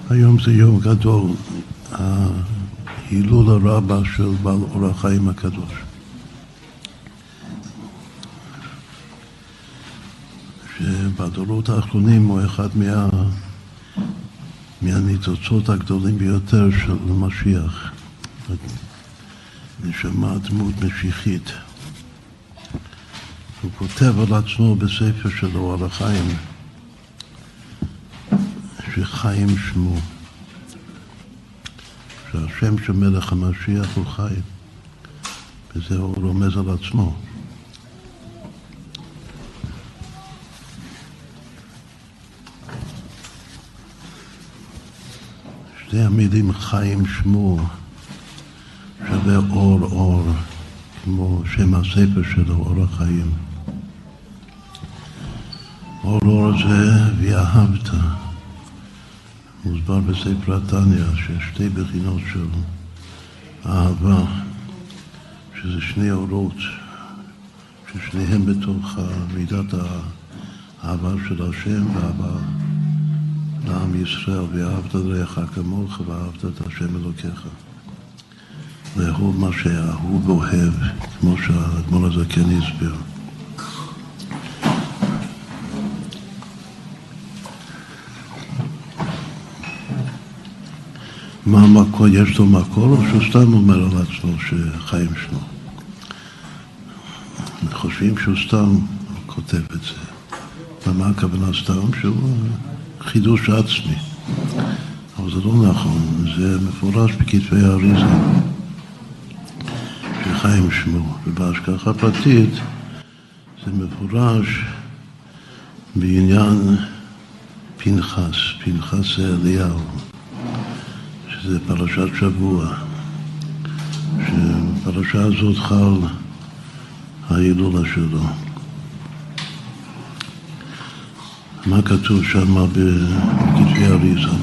היום זה יום גדול, ההילול הרבה של בעל אור החיים הקדוש. שבדורות האחרונים הוא אחד מהניצוצות הגדולים ביותר של משיח. נשמה דמות משיחית. הוא כותב על עצמו בספר של אור החיים, שחיים שמו, שהשם של מלך המשיח הוא חיים, וזה הוא רומז על עצמו. שתי המילים חיים שמו שווה אור אור, כמו שם הספר שלו, אור החיים. אור אור זה ואהבת. מוסבר בספר התניא שיש שתי בחינות של אהבה, שזה שני אורות, ששניהם בתוך מידת האהבה של השם והאהבה לעם ישראל, ואהבת לרעך כמוך ואהבת את השם אלוקיך. לאהוב מה שהאהוב אוהב, כמו שהאדמו"ר הזקן הסביר. מה המקור? יש לו מקור או שהוא סתם אומר על עצמו שחיים שמו? חושבים שהוא סתם כותב את זה. ומה הכוונה סתם? שהוא חידוש עצמי. אבל זה לא נכון, זה מפורש בכתבי האריזה שחיים שמו. ובהשגחה פרטית זה מפורש בעניין פנחס. פנחס זה אליהו. זה פרשת שבוע, שבפרשה הזאת חל ההילולה שלו. מה כתוב שם בכתבי האריזה?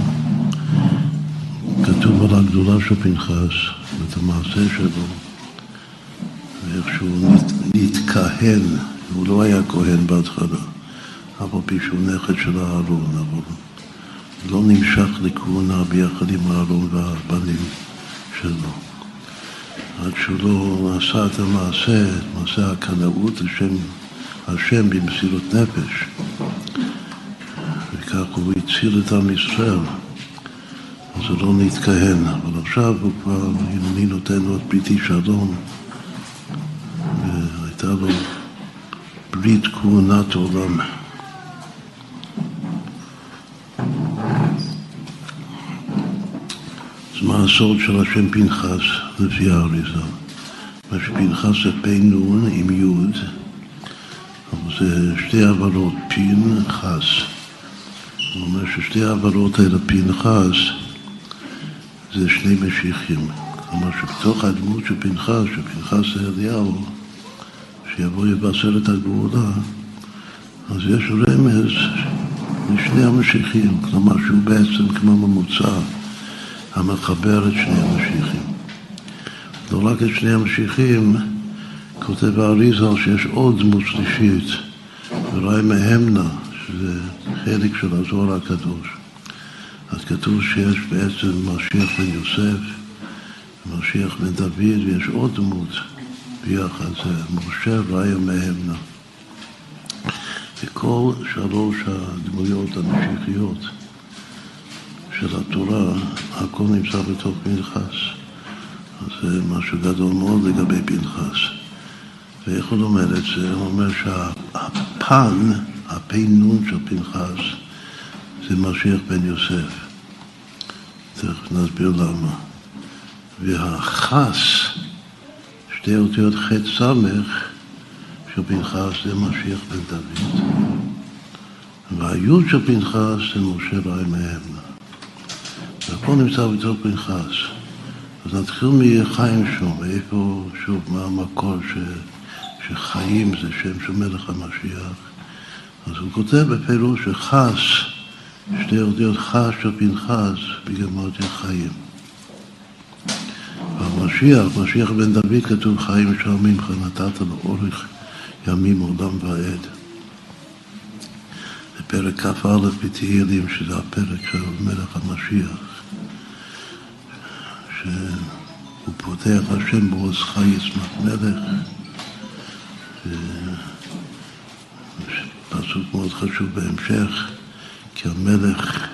כתוב על הגדולה של פנחס, ואת המעשה שלו, ואיך שהוא נתכהן, הוא לא היה כהן בהתחלה, אבל פי שהוא נכד של אהרון, אבל לא נמשך לכהונה ביחד עם אהרון והבנים שלו. עד שהוא לא עשה את המעשה, את מעשה הקנאות השם במסירות נפש. וכך הוא הציל את עם ישראל. אז הוא לא נתכהן, אבל עכשיו הוא כבר, אני נותן לו את בריתי שלום, והייתה לו ברית כהונת עולם. מה הסוד של השם פנחס לפי האריזה? מה שפנחס זה פי נון עם יוד, אבל זה שתי עברות, פנחס. הוא אומר ששתי העברות האלה, פנחס, זה שני משיחים. כלומר שבתוך הדמות של פנחס, שפנחס זה אליהו, שיבוא יבשר את הגאולה, אז יש רמז לשני המשיחים, כלומר שהוא בעצם כמו ממוצע, המחבר את שני המשיחים. לא רק את שני המשיחים, כותב האריזה שיש עוד דמות שלישית, וראי מהמנה, שזה חלק של הזוהר הקדוש. אז כתוב שיש בעצם משיח בן יוסף, משיח בן דוד, ויש עוד דמות ביחד, זה משה ראי מהמנה. וכל שלוש הדמויות המשיחיות של התורה, הכל נמצא בתוך פנחס. אז זה משהו גדול מאוד לגבי פנחס. ואיך הוא לומד את זה? הוא אומר שהפן, הפינון של פנחס, זה משיח בן יוסף. תכף נסביר למה. והחס, שתי אותיות ח' סמך של פנחס, זה משיח בן דוד. והיוד של פנחס זה משה ראי מהמנה. והכל נמצא בתוך פנחס. אז נתחיל מחיים שום, איפה, שוב, מה המקור שחיים זה שם של מלך המשיח. אז הוא כותב בפירוש שחס, שתי אותיות חס של פנחס, בגמרת חיים. והמשיח, משיח בן דוד, כתוב חיים שלמים, נתת לו אורך ימים עולם ועד. פרק כ"א בתהילים, שזה הפרק של מלך המשיח, שהוא פותח השם בעוזך ישמח מלך, פסוק מאוד חשוב בהמשך, כי המלך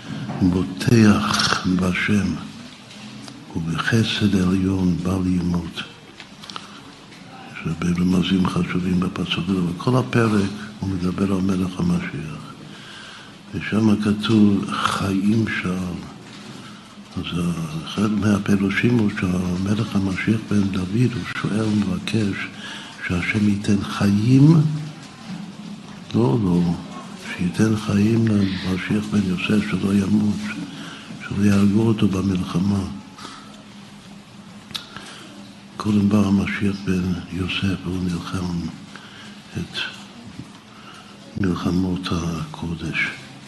בוטח בשם, ובחסד עליון בא לימות. יש הרבה רמזים חשובים בפסוק הזה, וכל הפרק הוא מדבר על מלך המשיח. ושם כתוב חיים שאל. אז אחד מהפירושים הוא שהמלך המשיח בן דוד, הוא שואל ומבקש שהשם ייתן חיים, לא, שייתן חיים למשיח בן יוסף, שלא ימות, שלא יהרגו אותו במלחמה. קודם בא המשיח בן יוסף, והוא נלחם את מלחמות הקודש.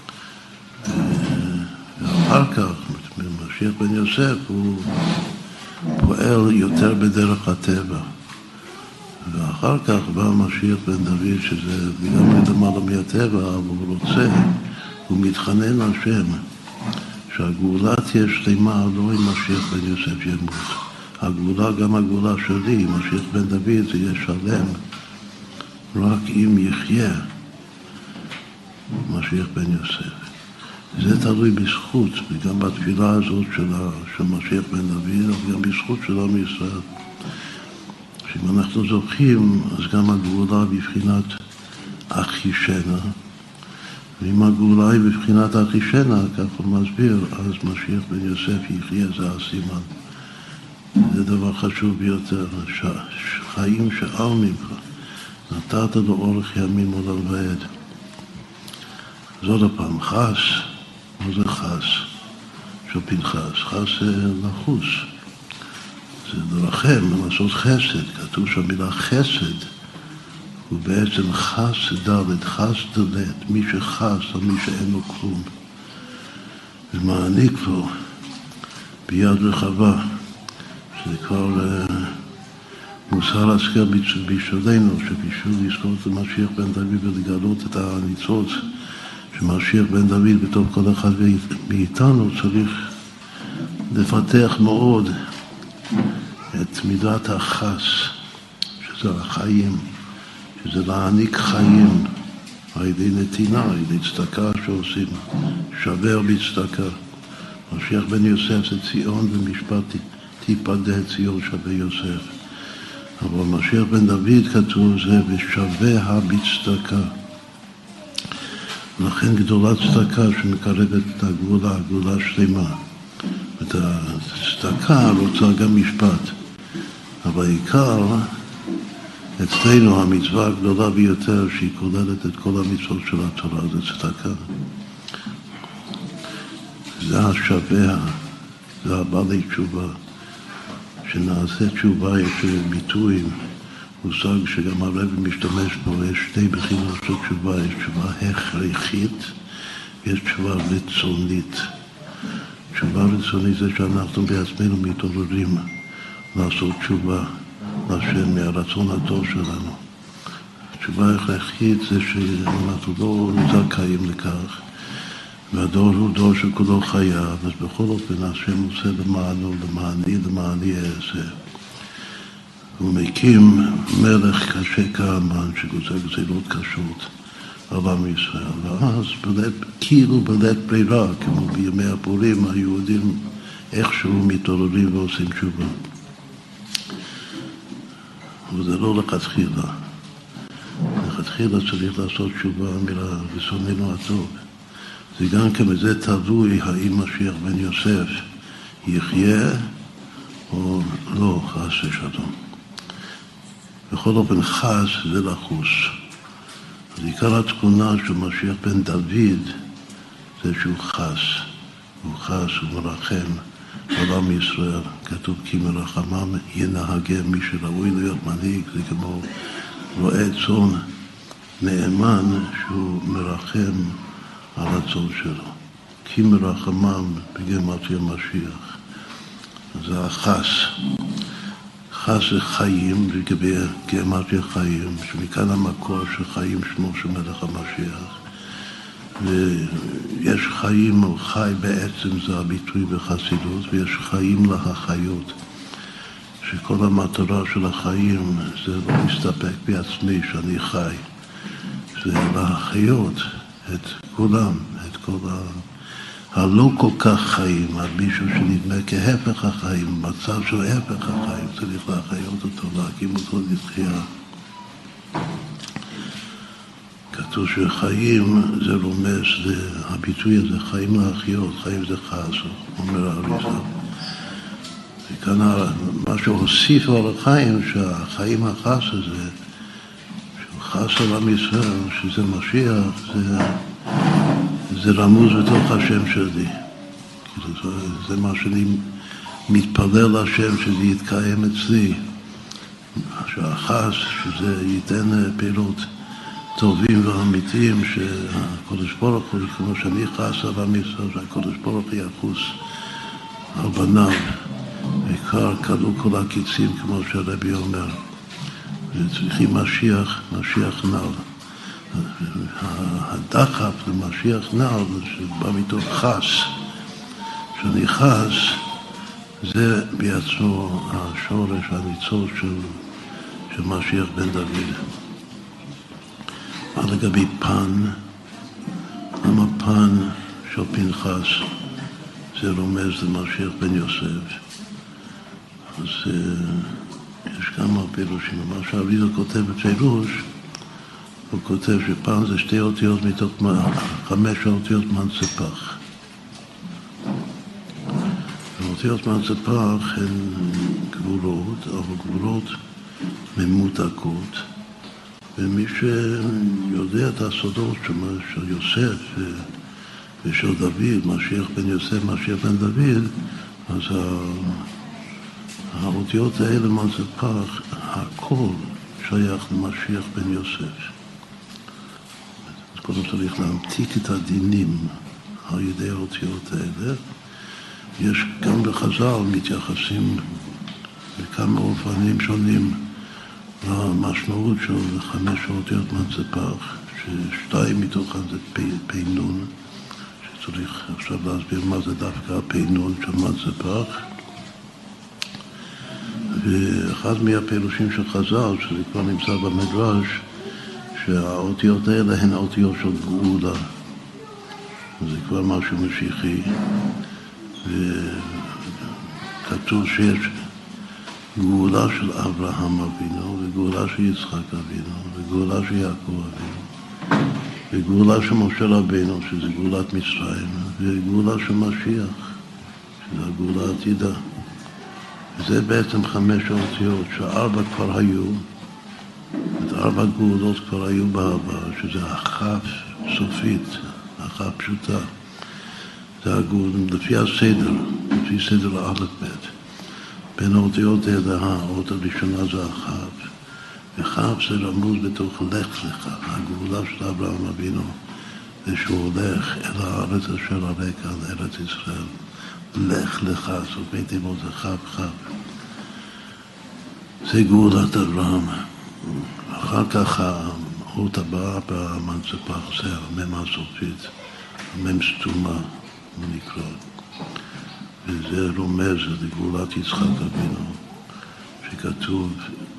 ואחר כך, המשיח בן יוסף הוא פועל יותר בדרך הטבע. ואחר כך בא המשיח בן דוד, שזה גם למעלה מהטבע, אבל הוא רוצה, הוא מתחנן לשם, שהגאולה תהיה שלמה, לא אם משיח בן יוסף ימות. הגאולה, גם הגאולה שלי, משיח בן דוד, זה יהיה שלם, רק אם יחיה משיח בן יוסף. זה תלוי בזכות, וגם בתפילה הזאת של משיח בן דוד, אבל גם בזכות של עם ישראל. שאם אנחנו זוכים, אז גם הגאולה בבחינת אחישנה, ואם הגאולה היא בבחינת אחישנה, כך הוא מסביר, אז משיח בן יוסף יחיה, זה הסימן. זה דבר חשוב ביותר, חיים שאל ממך, נתת לו אורך ימים עולם ועד. זאת הפעם, חס, מה זה חס? של פנחס, חס זה לחוס, זה לרחם, לעשות חסד. כתוב שהמילה חסד הוא בעצם חס דלת, חס דלת, מי שחס על מי שאין לו כלום, ומעניק לו ביד רחבה, שזה כבר מוסר השכל בשבילנו, שבשביל לזכור את המשיח בן דוד ולגלות את הניצוץ שמשיח בן דוד בתוך כל אחד מאיתנו, צריך לפתח מאוד את מידת החס, שזה החיים, שזה להעניק חיים על ידי נתינה, על ידי צדקה שעושים, שבר בצדקה. משיח בן יוסף זה ציון ומשפט תיפדה ציון שווה יוסף. אבל משיח בן דוד כתוב זה ושווה בצדקה. לכן גדולת צדקה שמקרבת את הגאולה, הגאולה שלמה. את הצדקה רוצה גם משפט. אבל העיקר, אצלנו המצווה הגדולה ביותר שהיא כוללת את כל המצוות של התורה, זה צדקה. זה השווה, זה הבעלי תשובה. שנעשה תשובה, יש ביטוי, מושג שגם הרב משתמש בו, יש שתי בחינות של תשובה, יש תשובה הכרחית, ויש תשובה רצונית. תשובה רצונית זה שאנחנו בעצמנו מתעוררים לעשות תשובה לשם מהרצון הטוב שלנו. תשובה הכרחית זה שאנחנו לא זכאים לכך, והדור הוא דור שכולו חייב, אז בכל אופן השם עושה למענו, למעני אעשה. הוא מקים מלך קשה כאמן שגוזר גזירות קשות על עם ישראל, ואז כאילו בלית ברירה, כמו בימי הפורים, היהודים איכשהו מתעוררים ועושים תשובה. וזה לא לכתחילה. לכתחילה צריך לעשות תשובה מרצוננו הטוב. זה גם כמזה תלוי האם משיח בן יוסף יחיה או לא, חס ושלום. בכל אופן חס זה לחוס. אז עיקר התכונה של משיח בן דוד זה שהוא חס. הוא חס, הוא מרחם על עם ישראל. כתוב כי מרחמם ינהגם, מי שראוי להיות מנהיג, זה כמו רועה צאן נאמן שהוא מרחם על הצאן שלו. כי מרחמם בגימטריה משיח. זה החס. חס זה חיים, לגבי גימטריה חיים, שמכאן המקור של חיים שמו של מלך המשיח. ויש חיים או חי בעצם, זה הביטוי בחסידות, ויש חיים להחיות, שכל המטרה של החיים זה לא להסתפק בעצמי שאני חי, זה להחיות את כולם, את כל הלא כל כך חיים, מישהו שנדמה כהפך החיים, מצב של הפך החיים, צריך להחיות אותו, להקים אותו לתחייה. כתוב שחיים זה רומז, הביטוי הזה, חיים להחיות, חיים זה חסו, אומר האריזה. וכאן מה שהוסיפו על החיים, שהחיים החס הזה, שהוא חס על עם ישראל, שזה משיח, זה רמוז בתוך השם שלי. זה מה שאני מתפלל להשם שזה יתקיים אצלי. שהחס, שזה ייתן פירות טובים ואמיתיים, שהקדוש ברוך הוא, כמו שאני חס על עם ישראל, שהקדוש ברוך הוא יחוס על בניו, בעיקר כלו כל הקיצים, כמו שהרבי אומר. וצריכים משיח נעל. הדחף למשיח נעל, שבא מתוך חס, שאני חס, זה בעצמו השורש, הניצוץ של משיח בן דוד. מה לגבי פן? למה פן של פנחס זה רומז למשיח בן יוסף? אז יש כמה פירושים. מה שהאריזה כותב בפירוש, הוא כותב שפן זה 2 אותיות מתוך 5 אותיות מנצפח. האותיות מנצפח הן גבולות, אבל גבולות ממותקות. ומי שיודע את הסודות של יוסף ושל דוד, משיח בן יוסף, משיח בן דוד, אז האותיות האלה מנצפח, הכל שייך למשיח בן יוסף. אז קודם צריך להמתיק את הדינים על ידי האותיות האלה. יש גם בחז"ל מתייחסים בכמה אופנים שונים למשמעות של 5 אותיות מנצפח, ש2 מתוכן זה פינון, שצריך עכשיו להסביר מה זה דווקא הפינון של מנצפח. ואחד מהפירושים של חז"ל, שזה כבר נמצא במדרש, שהאותיות האלה הן האותיות של גאולה. זה כבר משהו משיחי. וכתוב שיש גאולה של אברהם אבינו, וגאולה של יצחק אבינו, וגאולה של יעקב אבינו, וגאולה של משה רבינו, שזה גאולת מצרים, וגאולה של משיח, שזה הגאולה העתידה. וזה בעצם 5 אותיות, ש4 כבר היו, 4 גאולות כבר היו בעבר, שזה הכף סופית, הכף פשוטה. זה הגאולה, לפי הסדר, לפי סדר האלף בית. בין האותיות האלה, האות הראשונה זה הכף, וכף זה רמוז בתוך לך לך, הגאולה של אברהם אבינו, זה שהוא הולך אל הארץ אשר הרקע, על ארץ ישראל. לך לך, סוף תיבות זה כף. זה גאולת אברהם. אחר כך האות הבאה במנצפח זה המם הסופית, המם סתומה, הוא נקרא. וזה רומז לגאולת יצחק אבינו, שכתוב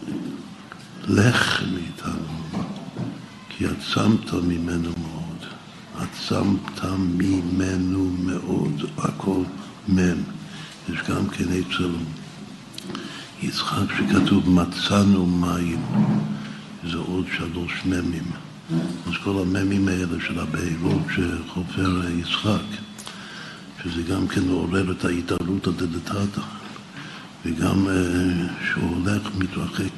לך מאיתנו, כי עצמת ממנו מאוד. עצמת ממנו מאוד, הכל מם. יש גם כן אצל יצחק שכתוב מצאנו מים, זה עוד 3 ממים. אז כל הממים האלה של הבארות שחופר יצחק, שזה גם כן עורר את ההתערות הדדתתא, וגם שהוא הולך, מתרחק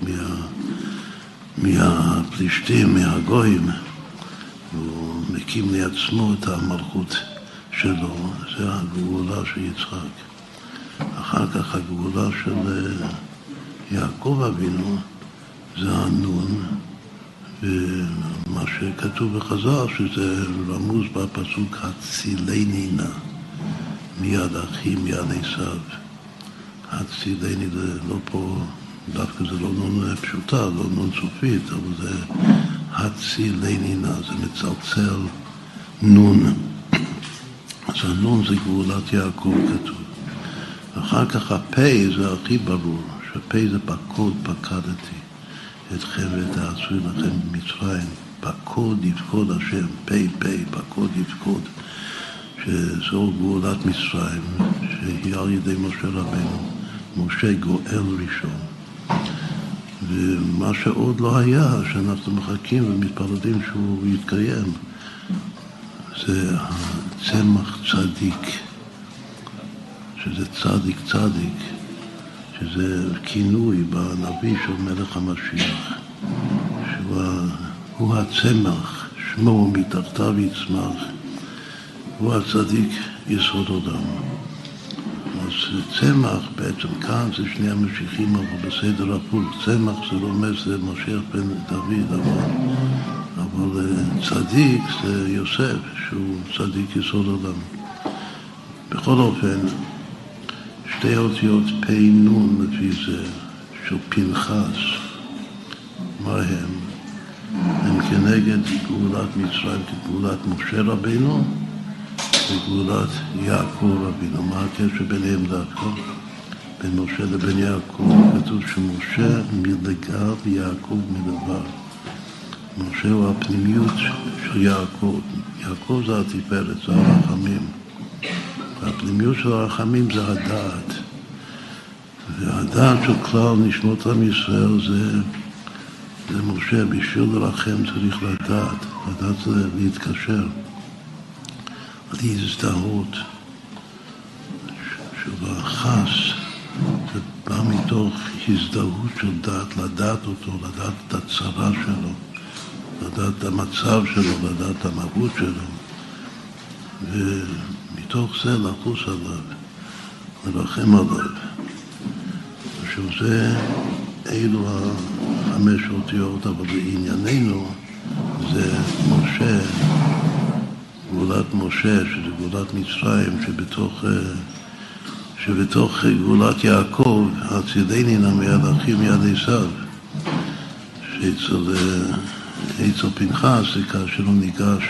מהפלישתים, מהגויים, והוא מקים לעצמו את המלכות שלו, זה הגאולה של יצחק. אחר כך הגאולה של יעקב אבינו זה הנון, ומה שכתוב בחז"ל שזה רמוז בפסוק הצילני נא, מיד אחי מיד עשיו. הצילני זה לא פה, דווקא זה לא נון פשוטה, לא נון סופית, אבל זה הצילני נא, זה מצלצל נון. אז הנון זה גאולת יעקב כתוב. ואחר כך הפה זה הכי ברור, שהפה זה פקוד פקדתי אתכם ותעשו לכם במצרים. פקוד יפקוד השם, פה פקוד יפקוד, שזו גאולת מצרים, שהיא על ידי משה רבנו, משה גואל ראשון. ומה שעוד לא היה, שאנחנו מחכים ומתפללים שהוא יתקיים, זה הצמח צדיק, שזה צדיק צדיק, שזה כינוי בנביא של מלך המשיח, שהוא הצמח, שמו מתחתיו יצמח, הוא הצדיק יסוד עולם. אז צמח בעצם כאן זה שני המשיחים, אבל בסדר הפוך. צמח זה לא אומר שזה משיח בן דוד, אבל צדיק זה יוסף, שהוא צדיק יסוד עולם. בכל אופן, שתי אותיות פ' נון לפי זה, של פנחס, מה הם? הם כנגד גאולת מצרים, כגאולת משה רבינו, וגאולת יעקב רבינו. מה הקשר ביניהם דווקא? בין משה לבין יעקב. כתוב שמשה מלגב ויעקב מלבב. משה הוא הפנימיות של יעקב. יעקב זה התפארת, זה הרחמים. והפנימיות של הרחמים זה הדעת. והדעת של כלל נשמות עם ישראל זה משה. בשביל לרחם צריך לדעת. לדעת זה להתקשר. להזדהות. שבחס זה בא מתוך הזדהות של דעת, לדעת אותו, לדעת את הצרה שלו, לדעת את המצב שלו, לדעת את המהות שלו. ומתוך זה לחוס עליו, לרחם עליו. שזה אלו החמש אותיות, אבל בענייננו זה משה, גאולת משה, שזה גאולת מצרים, שבתוך גאולת יעקב, הצידני מיד אחים מיד עשיו, שאצל פנחס זה כאשר הוא ניגש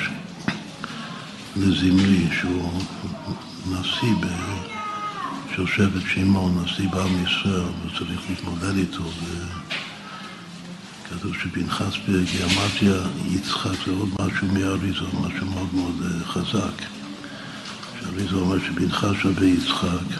לזמרי, שהוא נשיא של שבט שמעון, נשיא בעם ישראל, וצריך להתמודד איתו. כתוב שפנחס בגימטריה יצחק, זה עוד משהו מהאריזו, משהו מאוד מאוד חזק. שהאריזו אומר שפנחס שווה יצחק.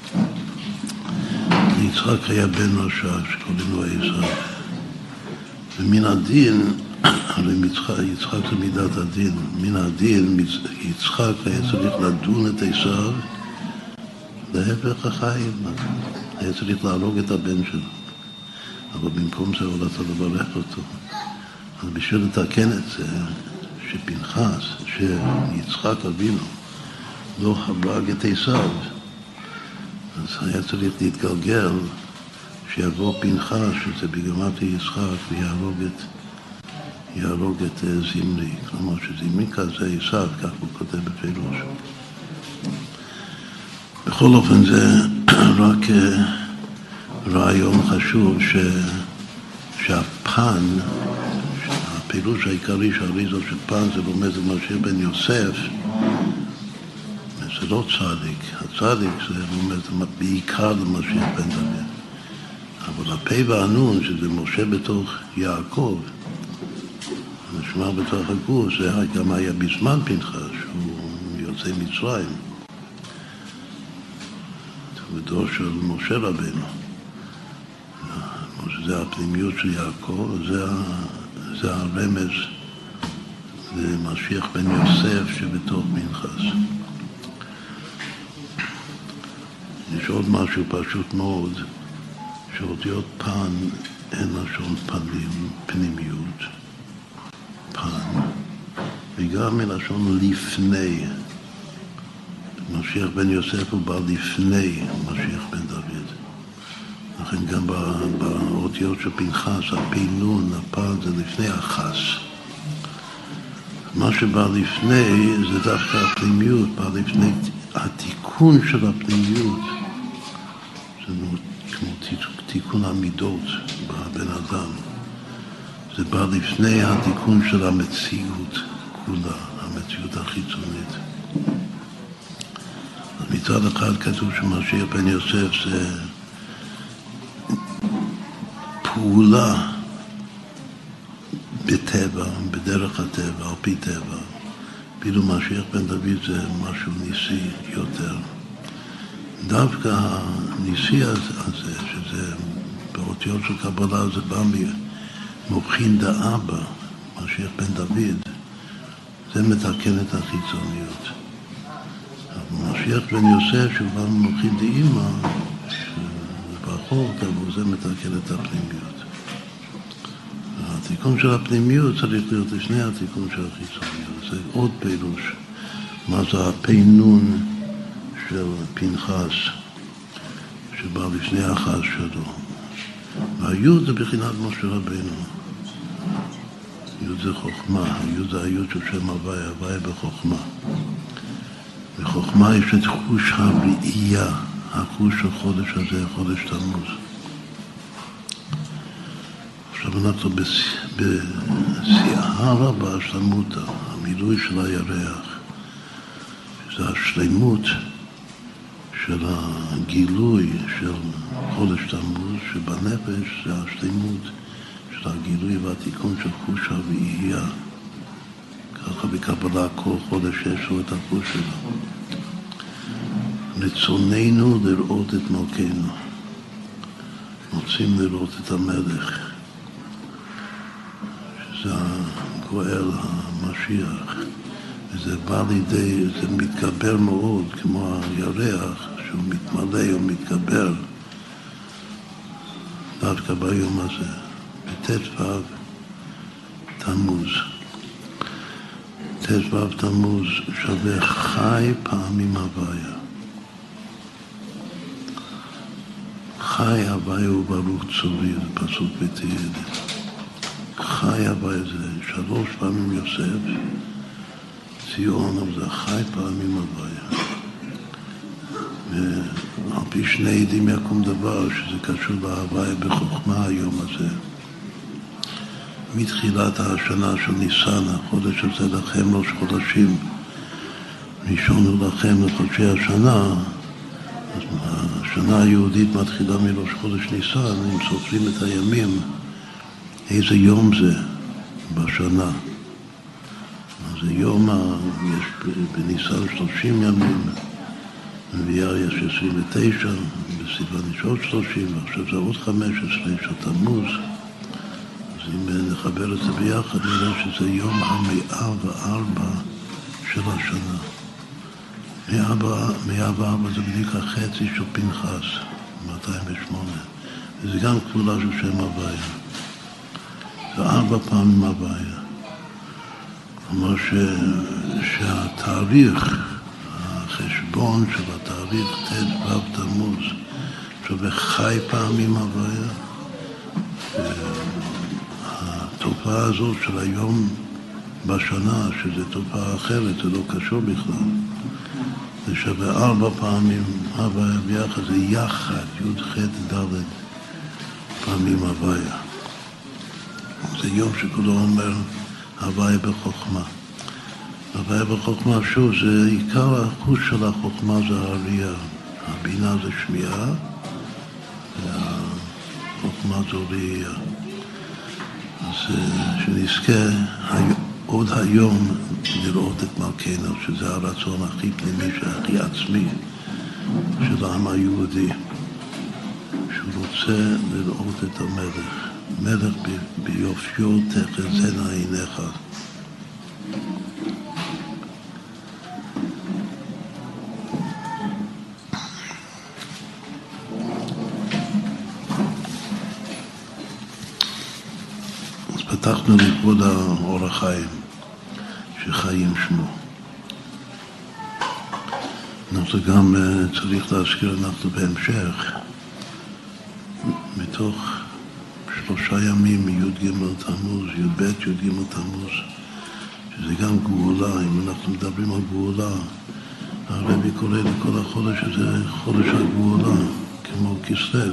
יצחק היה בן רשע, שקוראים לו עשיו. ומן הדין, הרי יצחק זה מידת הדין, מן הדין יצחק היה צריך לדון את עשיו להפך החיים. היה צריך להרוג את הבן שלו. אבל במקום זה הוא רצה לברך אותו. אז בשביל לתקן את זה, שפנחס, שיצחק אבינו, לא הרג את עשיו, אז היה צריך להתגלגל שיבוא פנחס, שזה בגימטריה יצחק, ויהרוג את זמרי. כלומר שזמרי כזה עשיו, כך הוא כותב בפירוש. בכל אופן זה רק רעיון חשוב שהפן, הפירוש העיקרי של אריזו של פן זה לומד זה משה בן יוסף, זה לא צדיק. הצדיק זה לומד בעיקר למשיח בן דוד. אבל הפה והנון, שזה משה בתוך יעקב, נשמע בתוך הגוף, זה גם היה בזמן פנחס, שהוא יוצא מצרים. בדור של משה רבינו. זה הפנימיות של יעקב, זה הרמז למשיח בן יוסף שבתוך פנחס. יש עוד משהו פשוט מאוד, שאותיות פן אין לשון פנים, פנימיות, פן, וגם מלשון לפני. משיח בן יוסף הוא בא לפני משיח בן דוד. לכן גם באותיות של פנחס, הפינון, הפן, זה לפני החס. מה שבא לפני זה דווקא הפנימיות, בא לפני התיקון של הפנימיות. זה כמו תיקון המידות בבן אדם. זה בא לפני התיקון של המציאות כולה. המציאות החיצונית. אז מצד אחד כתוב שמשיח בן יוסף זה פעולה בטבע, בדרך הטבע, על פי טבע. כאילו משיח בן דוד זה משהו ניסי יותר. דווקא הניסי הזה, שזה באותיות של קבלה, זה בא ממוחין דאבא, משיח בן דוד, זה מתקן את החיצוניות. משיח בן יוסף, שהוא בא ממוחין דאמא, זה פחות, אבל זה מתקן את הפנימיות. התיקון של הפנימיות צריך להיות לפני התיקון של החיצוניות. זה עוד פירוש. מה זה הפינון של פנחס, שבא לפני החס שלו. והיוד זה בחינת משה רבינו. יוד זה חוכמה, היוד זה היוד של שם הוויה, הוויה בחוכמה. בחוכמה יש את חוש הראייה, החוש של חודש הזה, חודש תמוז. עכשיו אנחנו בשיערה בהשלמותה, המילוי של הירח, שזה השלמות של הגילוי של חודש תמוז, שבנפש זה השלמות של הגילוי והתיקון של חוש הראייה. ככה בקבלה כל חודש יש לו את החוש שלו. רצוננו לראות את מלכנו, רוצים לראות את המלך, שזה הגואל המשיח, וזה בא לידי, זה מתגבר מאוד, כמו הירח, שהוא מתמלא ומתגבר דווקא ביום הזה, בט"ו תמוז. ט"ו תמוז שווה חי פעמים הוויה. חי הוויה הוא ברוך צורי, זה פסוק בתהילים. חי הוויה זה 3 פעמים יוסף, ציון, אבל זה חי פעמים הוויה. ועל פי 2 עדים יקום דבר, שזה קשור להוויה בחוכמה היום הזה. מתחילת השנה של ניסן, החודש הזה לכם ראש חודשים, ראשון הוא לכם לחודשי השנה, אז השנה היהודית מתחילה מראש חודש ניסן, אם סופרים את הימים, איזה יום זה בשנה. אז היום יש בניסן 30 ימים, באייר יש 29, בסיוון יש עוד 30, ועכשיו זה עוד 15 של תמוז. אז אם נחבר את זה ביחד, נראה שזה יום 104 של השנה. 104 זה בדיוק החצי של פנחס, 208. וזה גם כפולה של שם הוויה. זה 4 פעמים הוויה. כלומר שהתאריך, החשבון של התאריך ט"ו תמוז, שווה חי פעמים הוויה. התופעה הזאת של היום בשנה, שזו תופעה אחרת, זה לא קשור בכלל. זה שווה 4 פעמים הוויה ביחד, זה יחד, י"ח ד' פעמים הוויה. זה יום שכולו אומר הוויה בחוכמה. הוויה בחוכמה, שוב, זה עיקר החוש של החוכמה, זה הראייה. הבינה זה שמיעה, והחוכמה זו ראייה. אז שנזכה עוד היום לראות את מלכנו, שזה הרצון הכי פנימי, הכי עצמי של העם היהודי, שהוא רוצה לראות את המלך, מלך ביופיו תחזינה עיניך. פתחנו לכבוד האור החיים, שחיים שמו. אנחנו גם צריך להזכיר, אנחנו בהמשך, מתוך 3 ימים, י"ג תמוז, י"ב, י"ג תמוז, שזה גם גאולה. אם אנחנו מדברים על גאולה, הרבי קורא לכל החודש הזה חודש הגאולה, כמו כסלו.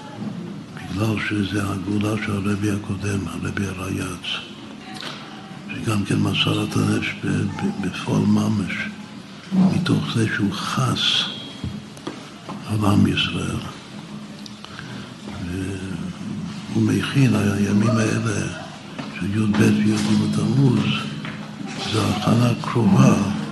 בגלל שזה הגאולה של הרבי הקודם, הרבי הרייץ, שגם כן מסר את הנפש בפועל ממש, מתוך זה שהוא חס על עם ישראל. והוא מכין, הימים האלה של י"ב וי"ג בתמוז, זה הכנה קרובה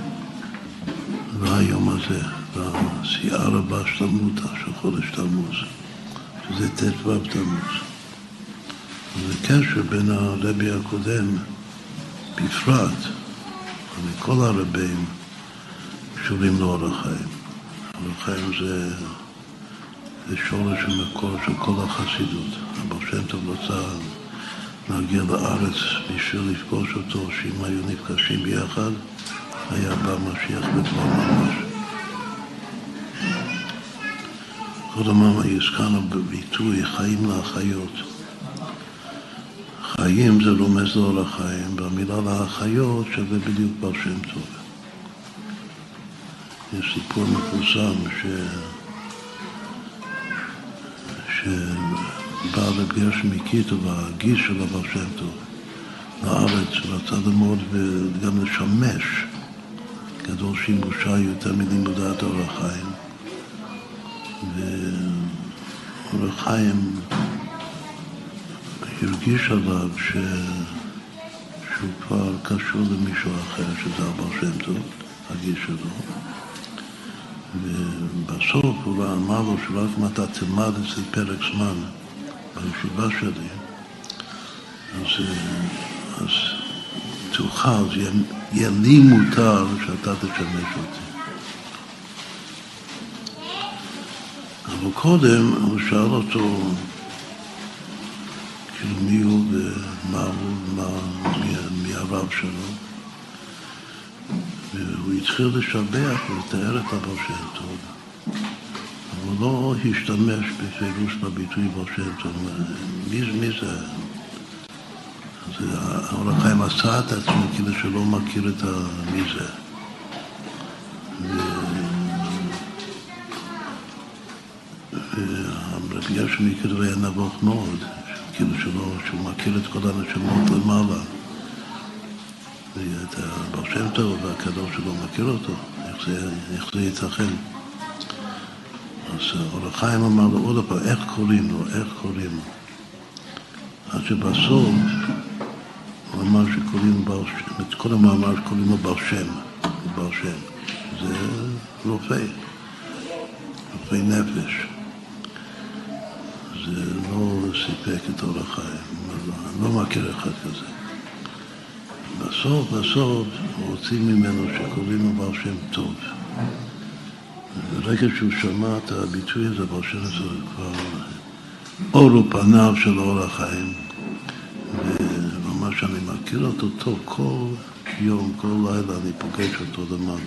להיום הזה, לשיער הבא שלמותא של חודש תמוז, שזה ט"ו תמוז. זה קשר בין הרבי הקודם בפרט, וכל הרבים קשורים לאור החיים. אור החיים זה שורש ומקור של כל החסידות. הבעל שם טוב רצה להגיע לארץ בשביל לפגוש אותו, שאם היו נפגשים ביחד, היה בא משיח בפועל ממש. קודם הזכרנו בביטוי חיים לאחיות. חיים זה רומז לאור החיים, והמילה לאחיות שווה בדיוק בעל שם טוב. יש סיפור מפורסם שבא רב גרשם מקיטוב, הגיס של הבעל שם טוב, לארץ, ורצה ללמוד וגם לשמש גדול שימושה יותר מלימודת אור החיים. ואור החיים הרגיש עליו שהוא כבר קשור למישהו אחר, שזה הבעל שם טוב, הגיס שלו. ובסוף הוא אמר לו שרק אם אתה תלמד אצלי פרק זמן בישיבה שלי, אז תוכל, יהיה לי מותר שאתה תשמש אותי. אבל קודם הוא שאל אותו כאילו מי הוא ומה הוא, מי הרב שלו. והוא התחיל לשבח ולתאר את הבעל שם טוב. אבל הוא לא השתמש בפירוש בביטוי בעל שם טוב. מי זה? האור החיים עשה את עצמו כאילו שלא מכיר את מי זה. והרב גרשם מקיטוב היה נבוך מאוד, כאילו שהוא מכיר את כל הנשמות למעלה. ואת הבעל שם טוב והקדוש שלא מכיר אותו, איך זה ייתכן? אז אור החיים אמר לו עוד פעם, איך קוראים לו? עד שבסוף הוא אמר שקוראים לו את כל המאמר שקוראים לו בעל שם, זה רופא נפש. זה לא סיפק את אור החיים, לא מכיר אחד כזה. בסוף רוצים ממנו שקוראים לו בעל שם טוב. ברגע שהוא שמע את הביטוי הזה, בעל שם זה כבר אור ופניו של אור החיים. וממש אני מכיר אותו טוב, כל יום, כל לילה אני פוגש אותו למעלה.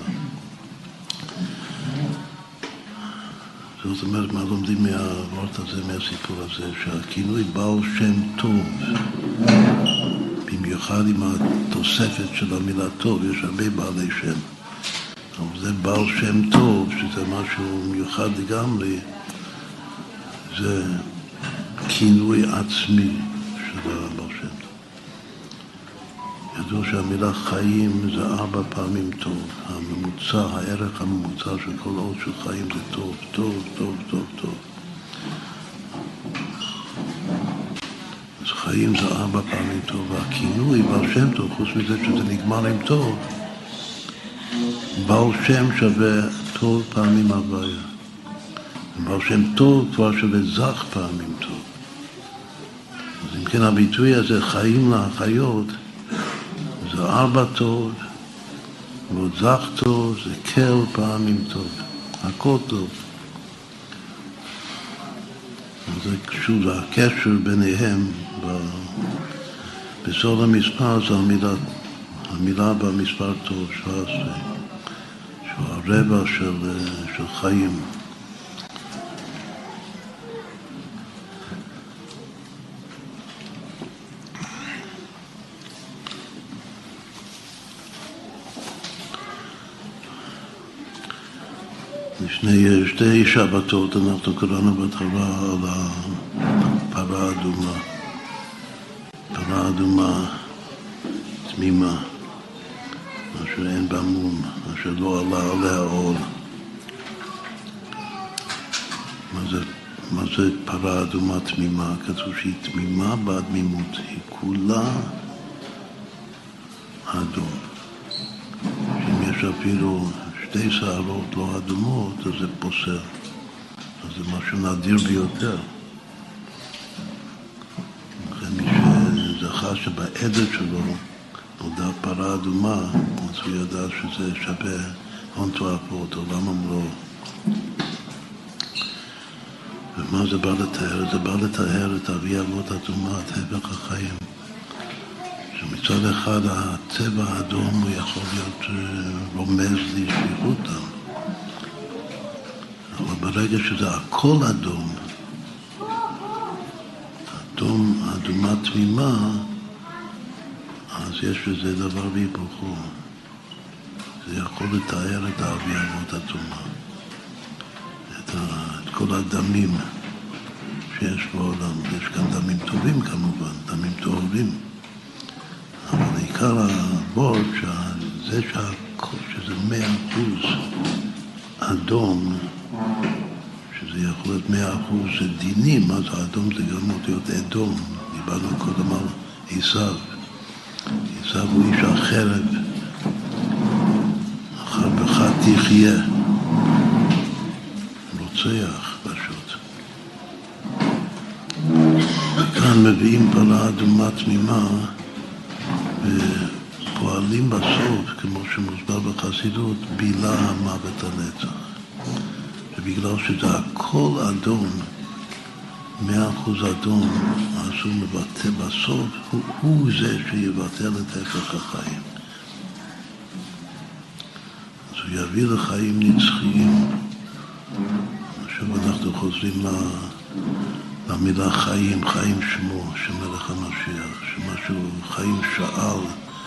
זאת אומרת, מה לומדים מהוורט הזה, מהסיפור הזה, שהכינוי בעל שם טוב, במיוחד עם התוספת של המילה טוב, יש הרבה בעלי שם. אבל זה בעל שם טוב, שזה משהו מיוחד לגמרי, זה כינוי עצמי של הבעל שם טוב. ידעו שהמילה חיים זה 4 פעמים טוב. הממוצע, הערך הממוצע של כל אות של חיים זה טוב, טוב, טוב, טוב, טוב. אז חיים זה 4 פעמים טוב. והכינוי בעל שם טוב, חוץ מזה שזה נגמר עם טוב, בעל שם שווה טוב פעמים הוויה. בעל שם טוב כבר שווה זך פעמים טוב. אז אם כן הביטוי הזה, חיים לאחיות, זה 4 טוב, ועוד זך טוב, זה כל פעמים טוב. הכל טוב. זה שוב, זה הקשר ביניהם בסוד המספר, זה המילה במספר טוב, 17, שהוא הרבע של חיים. לפני 2 שבתות אנחנו קראנו בתורה על הפרה האדומה. פרה אדומה תמימה, אשר אין בה מום, אשר לא עלה עליה עול. מה זה פרה אדומה תמימה? כתוב שהיא תמימה באדמימות, היא כולה אדום. שאם יש אפילו שתי שערות לא אדומות, אז זה פוסר. אז זה משהו נדיר ביותר. מי שזכה שבעדר שלו נולדה פרה אדומה, אז הוא ידע שזה שווה הון תועפות, עולם ומלואו. ומה זה בא לתאר? זה בא לתאר את אבי אבות הטומאה, את הפך החיים. שמצד אחד הצבע האדום הוא יכול להיות רומז לשפיכות דם. אבל ברגע שזה הכל אדום, אדומה תמימה, אז יש בזה דבר והיפוכו. זה יכול לתאר את אבי אבות הטומאה. את כל הדמים שיש בעולם. יש גם דמים טובים כמובן, דמים טובים. אבל עיקר הוורד שזה 100% אדום, שזה יכול להיות 100% דינים, אז האדום זה גם יכול להיות אדום. דיברנו קודם על עשיו. עשיו הוא איש החרב. חרבך תחיה. רוצח פשוט. וכאן מביאים פרה אדומה תמימה ופועלים בסוף, כמו שמוסבר בחסידות, בילה המוות הנצח. ובגלל שזה הכל אדום, 100% אדום, אז הוא מבטא בסוף, הוא זה שיבטל את הפך החיים. אז הוא יביא לחיים נצחיים. עכשיו אנחנו חוזרים למילה חיים, חיים שמו, של מלך המשיח, שמשהו חיים שאל,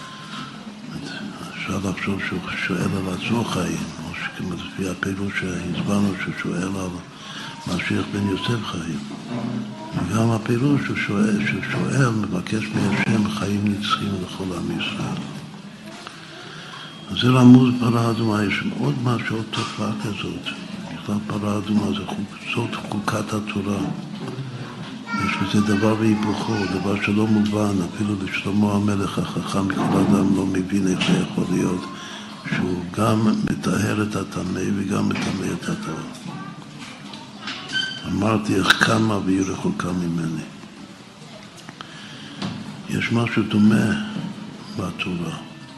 אפשר לחשוב שהוא שואל על עצמו חיים, או שכמו לפי הפירוש שהסברנו שהוא שואל על משיח בן יוסף חיים. וגם הפירוש שהוא שואל, מבקש מהשם חיים נצחיים לכל עם ישראל. אז זה רמוז פרה אדומה, יש עוד משהו, עוד תופעה כזאת. בכלל פרה אדומה, זאת חוקת התורה. יש בזה דבר והיפוכו, דבר שלא מובן, אפילו לשלמה המלך החכם, כל אדם לא מבין איך זה יכול להיות, שהוא גם מטהר את הטמא וגם מטמא את הטהור. אמרתי איך כמה והיא רחוקה ממני. יש משהו דומה בתורה,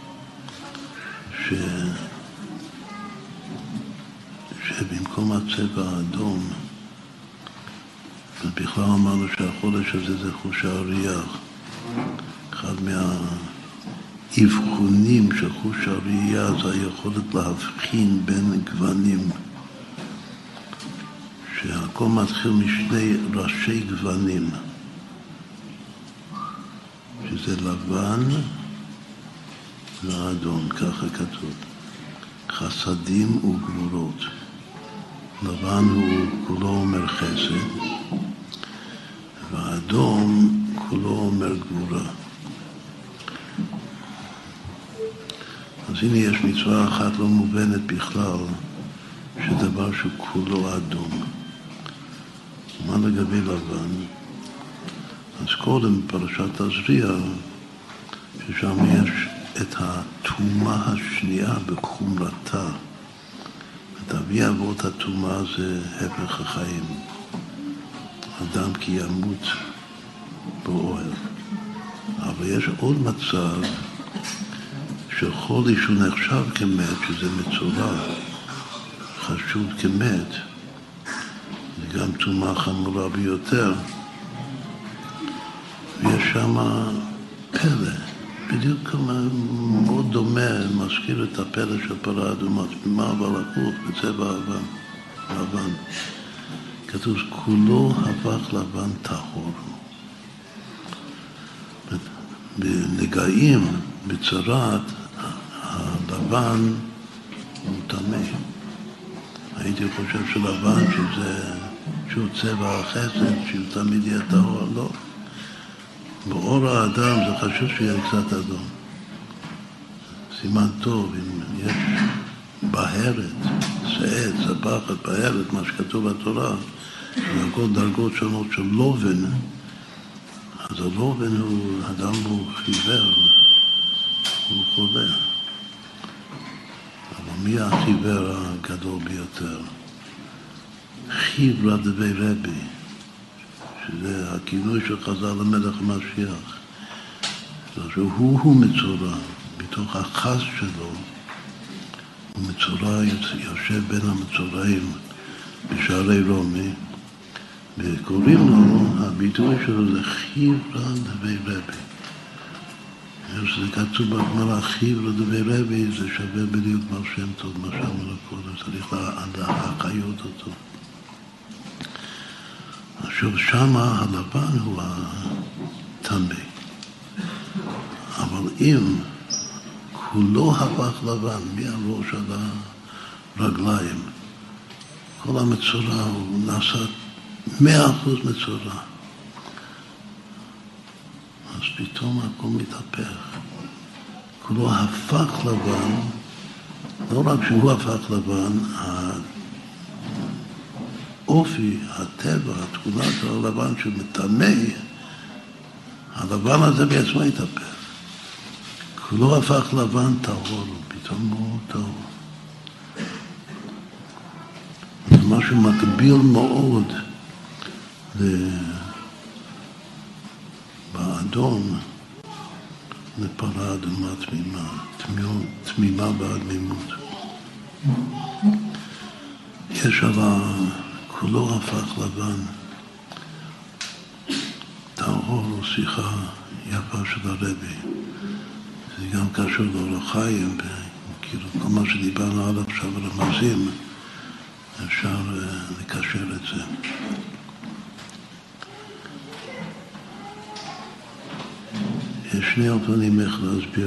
שבמקום הצבע האדום, ובכלל אמרנו שהחודש הזה זה חוש הריח. אחד מהאבחונים של חוש הראייה זה היכולת להבחין בין גוונים. שהכל מתחיל משני ראשי גוונים. שזה לבן ואדום, ככה כתוב. חסדים וגבורות. לבן הוא כולו אומר חסד. והאדום כולו אומר גבורה. אז הנה יש מצווה אחת לא מובנת בכלל, שדבר שכולו אדום. מה לגבי לבן? אז קודם פרשת תזריע, ששם יש את התאומה השנייה בחומרתה. את אבי אבות התאומה זה הפך החיים. אדם כי ימות באוהל. אבל יש עוד מצב שחולי שהוא נחשב כמת, שזה מצורע, חשוב כמת, זה גם תאומה חמורה ביותר, ויש שם פלא, בדיוק מאוד דומה, מזכיר את הפלא של פרה אדומה, תמימה אבל הפוך, בצבע לבן. כתוב, כולו הפך לבן טהור. בנגעים, בצרת, הלבן הוא טמא. הייתי חושב שלבן שהוא צבע החסד, שהוא תמיד יהיה טהור, לא. באור האדם זה חשוב שיהיה קצת אדום. סימן טוב, אם יש בהרת, שאת, ספחת, בהרת, מה שכתוב בתורה, זה הכל דרגות שונות של לובן, אז הלובן הוא, אדם הוא חיוור, הוא חולה. אבל מי החיוור הגדול ביותר? חיוורא דבי רבי, שזה הכינוי של חז"ל למלך המשיח. הוא מצורע, בתוך החס שלו, הוא מצורע, יושב בין המצורעים בשערי רומי, וקוראים לו, הביטוי שלו זה חיוורא דבי רבי. כשזה כתוב בגמרא חיוורא דבי רבי, זה שווה בדיוק מה שם טוב, מה שאמרנו קודם, צריך להחיות אותו. עכשיו שמה הלבן הוא הטמא. אבל אם כולו הפך לבן, מהראש עד הרגליים, כל המצורע הוא נעשה 100% מצורע. אז פתאום הכל מתהפך. כולו הפך לבן, לא רק שהוא הפך לבן, האופי, הטבע, התכונה של הלבן שמטמא, הלבן הזה בעצמו התהפך. כולו הפך לבן טהור, פתאום הוא טהור. זה משהו מקביל מאוד באדום לפרה אדומה תמימה, תמימה באדמימות. יש על כולו הפך לבן טהור, שיחה יפה של הרבי. זה גם קשור לאורח חיים, כאילו כל מה שדיברנו עליו עכשיו רמזים, אפשר לקשר את זה. יש שני אופנים איך להסביר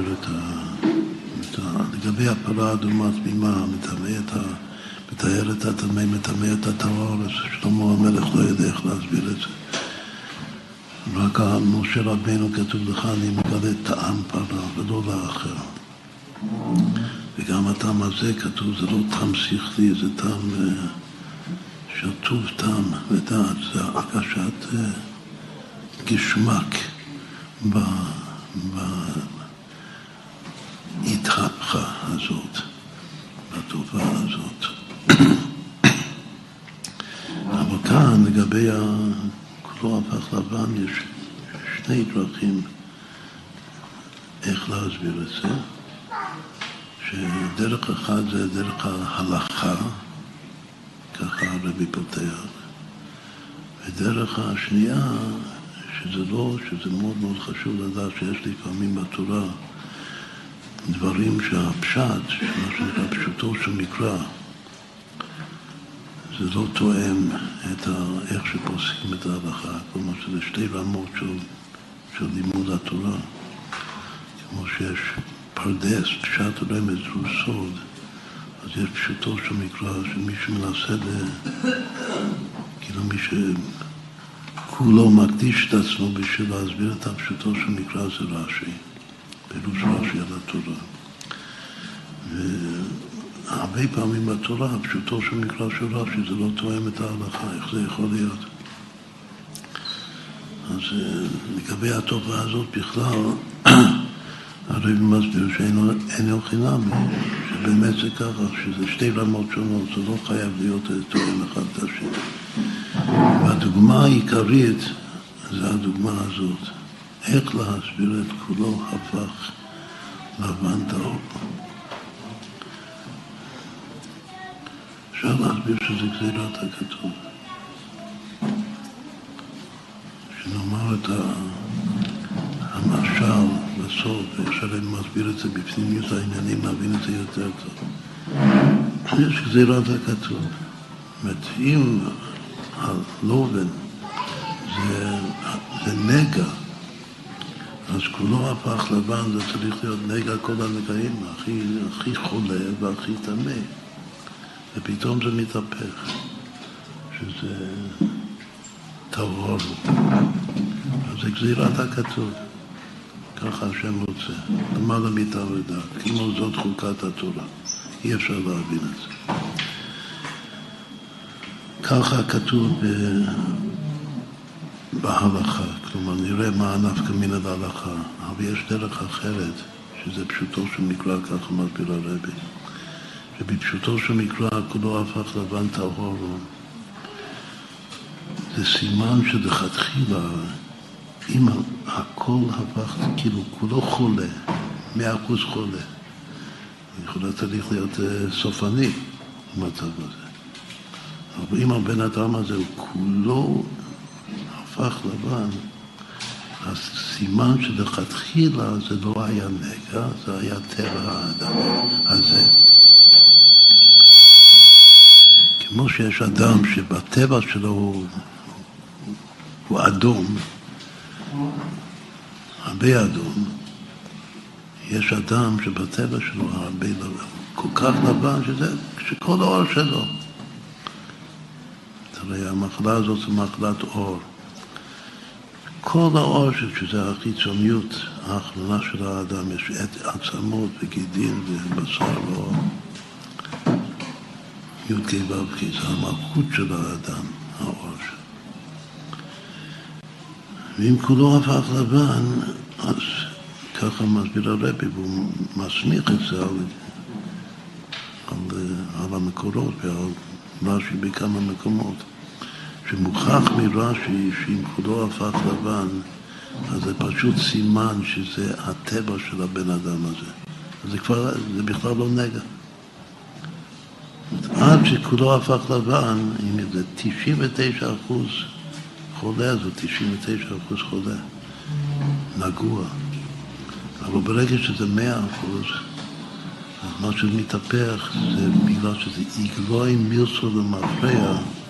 לגבי הפרה האדומה תמימה, מתאר את הטמא, מטמא את הטהור, שלמה המלך לא יודע איך להסביר את זה. רק משה רבינו כתוב לך, אני מגלה טעם פרה ולא לאחר. וגם הטעם הזה כתוב, זה לא טעם שכלי, זה טעם של טוב טעם ודעת, זה הרגשת גשמק בהתהפכה הזאת, בתופעה הזאת. אבל כאן, לגבי כולו הפך לבן, יש שני דרכים איך להסביר את זה. שדרך אחד זה דרך ההלכה, ככה הרבי פותח, ודרך השנייה, שזה מאוד מאוד חשוב לדעת שיש לפעמים בתורה דברים שהפשט, מה שנקרא פשוטו של מקרא, זה לא תואם איך שפוסקים את ההלכה, כלומר שזה שתי רמות של לימוד התורה, כמו שיש פרדס, פשט רמז וסוד, אז יש פשוטו של מקרא, שמי שמנסה כאילו מי שכולו מקדיש את עצמו בשביל להסביר את הפשוטו של מקרא זה רש"י, פירוש רש"י על התורה. והרבה פעמים בתורה, הפשוטו של מקרא של רש"י זה לא תואם את ההלכה, איך זה יכול להיות? אז לגבי התופעה הזאת בכלל, הרבי מסביר שאינו חינמי, שבאמת זה ככה, שזה שתי רמות שונות, זה לא חייב להיות תואם אחד את השני. והדוגמה העיקרית זה הדוגמה הזאת, איך להסביר את כולו הפך לבן טהור. אפשר להסביר שזה גזירת הכתוב. שנאמר את המשל בסוף, ואפשר מסביר את זה בפנימיות העניינים, להבין את זה יותר טוב. יש גזירת הכתוב. זאת אומרת, אם הלובן זה נגע, אז כולו הפך לבן, זה צריך להיות נגע כל הנגעים, הכי חולה והכי טמא. ופתאום זה מתהפך, שזה טהור. אז זה גזירת הכתוב. ככה השם רוצה, למעלה מתעבודה, כמו זאת חוקת התורה, אי אפשר להבין את זה. ככה כתוב בהלכה, כלומר נראה מה נפקא מינה להלכה, אבל יש דרך אחרת, שזה פשוטו של מקרא, ככה מסביר הרבי, שבפשוטו של מקרא כולו הפך לבן טהור, זה סימן שלכתחילה, אם הכל הפך כאילו כולו חולה, 100% חולה, יכולה צריך להיות סופני במצב הזה. אבל אם הבן אדם הזה הוא כולו הפך לבן, אז סימן שלכתחילה זה לא היה נגע, זה היה טבע האדם הזה. כמו שיש אדם שבטבע שלו הוא אדום, הרבה אדום, יש אדם שבטבע שלו הרבה לבן, כל כך לבן שכל האור שלו. תראה, המחלה הזאת זה מחלת אור. כל האור שזה החיצוניות האחרונה של האדם, יש עצמות וגידים ובשר ואור. י' כ' ו' כ' זה המלכות של האדם, האור שלו. ואם כולו הפך לבן, אז ככה מסביר הרבי, והוא מסמיך את זה על המקורות ועל רש"י בכמה מקומות, שמוכח מרש"י שאם כולו הפך לבן, אז זה פשוט סימן שזה הטבע של הבן אדם הזה. אז זה בכלל לא נגע. עד שכולו הפך לבן, אם זה 99% חולה, זה 99% חולה, נגוע. אבל ברגע שזה 100%, אז מה שמתהפך זה בגלל שזה יגלוי מילסו למפרע,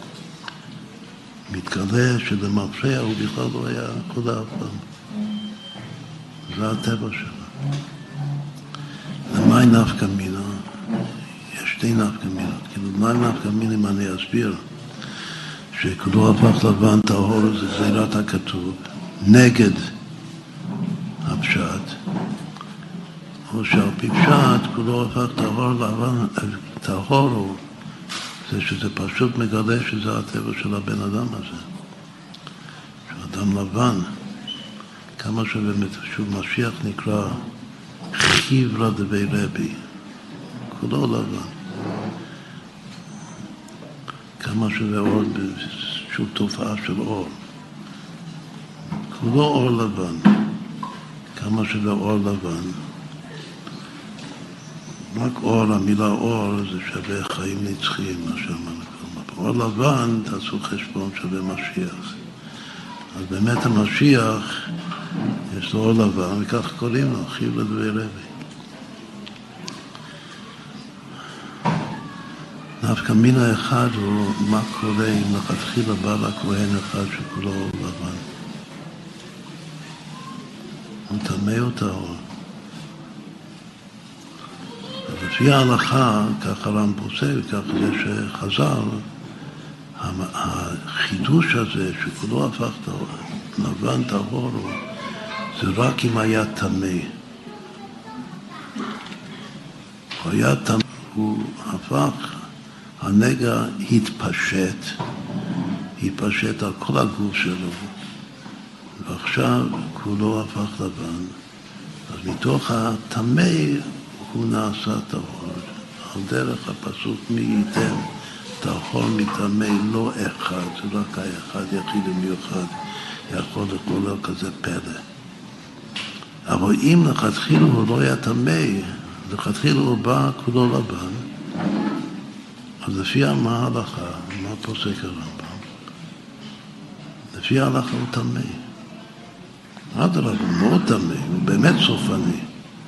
מתגלה שלמפרע הוא בכלל לא היה חולה אף פעם. זה הטבע שלו. למה נפקא מינה? יש שתי נפקא מינות. כאילו, מה נפקא מינה אם אני אסביר? שכולו הפך לבן טהור זה גזירת הכתוב, נגד הפשט, או שעל פי פשט כולו הפך טהור לבן, טהור זה שזה פשוט מגלה שזה הטבע של הבן אדם הזה, שאדם לבן, כמה שבאמת שוב משיח נקרא חיברא דבי רבי, כולו לבן, כמה שזה אור, שוב תופעה של אור, כולו אור לבן, כמה שזה אור לבן, רק אור, המילה אור זה שווה חיים נצחיים, מה שאמרנו קודם. אור לבן, תעשו חשבון שווה משיח. אז באמת המשיח, יש לו אור לבן, וכך קוראים לו, חיברא דבי רבי. נפקא מינה אחד הוא מה קורה אם לכתחילה בא לכהן אחד שכולו אור לבן. הוא טמא אותה אור. לפי ההלכה, ככה רם פוסק, ככה זה שחז"ל, החידוש הזה שכולו הפך לבן טהור, זה רק אם היה טמא. הוא היה טמא, הוא הפך, הנגע התפשט על כל הגוף שלו, ועכשיו כולו הפך לבן, אז מתוך הטמא הוא נעשה טהור, על דרך הפסוק מי ייתן טהור מטמא לא אחד, זה רק האחד יחיד ומיוחד יכול לחולל כזה פלא. אבל אם לכתחילה הוא לא היה טמא, לכתחילה הוא בא כולו לבן, אז לפי מה ההלכה, מה פוסק הרמב"ם? לפי ההלכה הוא טמא. אדרבה, הוא לא טמא, הוא באמת סופני.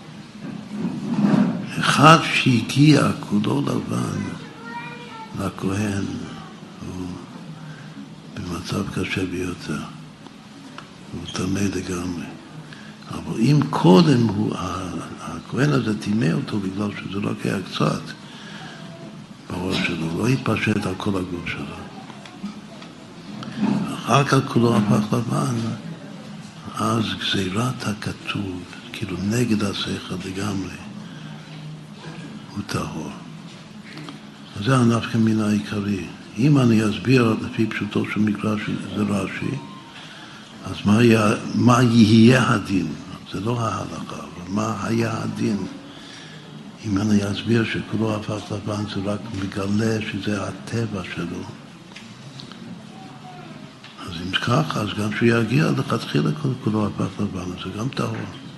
אחד שהגיע כולו לבן לכהן הוא במצב קשה ביותר, הוא טמא לגמרי. אבל אם קודם הכהן הזה טימא אותו בגלל שזה רק היה קצת בראש שלו, לא התפשט על כל הגוף שלו. אחר כך כולו הפך לבן, אז גזירת הכתוב, כאילו נגד השכל לגמרי, הוא טהור. אז זה הנפקא מינה העיקרי. אם אני אסביר לפי פשוטו של מקרא שזה רש"י, אז מה יהיה הדין? זה לא ההלכה, אבל מה היה הדין? אם אני אסביר שכולו הפך לבן, זה רק מגלה שזה הטבע שלו. אז אם ככה, אז גם שיגיע לכתחילה כולו הפך לבן, זה גם טהור.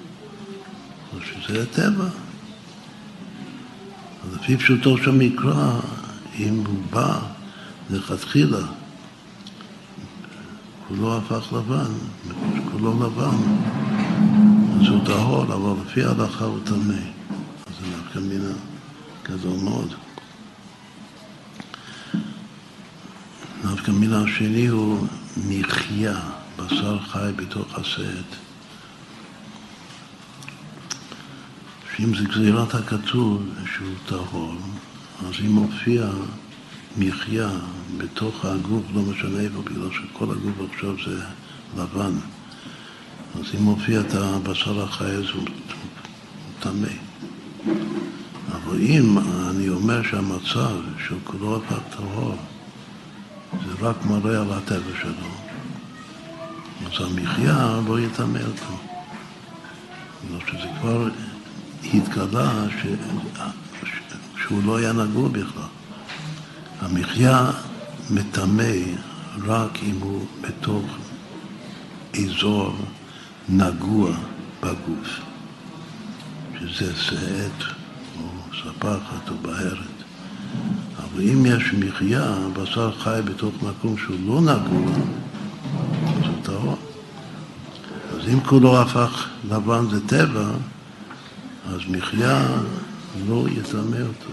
שזה הטבע. אז לפי פשוטו של מקרא, אם הוא בא לכתחילה, כולו הפך לבן, כולו לבן, אז הוא טהור, אבל לפי ההלכה הוא טמא. אז זה נפקא מינה גדול מאוד. נפקא מינה השני הוא מחיה, בשר חי בתוך הסט. שאם זה גזירת הכתוב שהוא טהור, אז אם מופיע מחיה בתוך הגוף, לא משנה איפה, בגלל שכל הגוף עכשיו זה לבן. אז אם מופיע את הבשר החי, אז הוא טמא. אבל אם אני אומר שהמצב של כולו הפך טהור, זה רק מראה על הטבע שלו, אז המחיה לא יטמא אותו. בגלל שזה כבר התגלה שהוא לא היה נגוע בכלל. המחיה מטמא רק אם הוא בתוך אזור נגוע בגוף, שזה שאת או ספחת או בהרת. אבל אם יש מחיה, בשר חי בתוך מקום שהוא לא נגוע, אז הוא טהור. אז אם כולו הפך לבן זה טבע, אז מחיה לא יטמא אותו.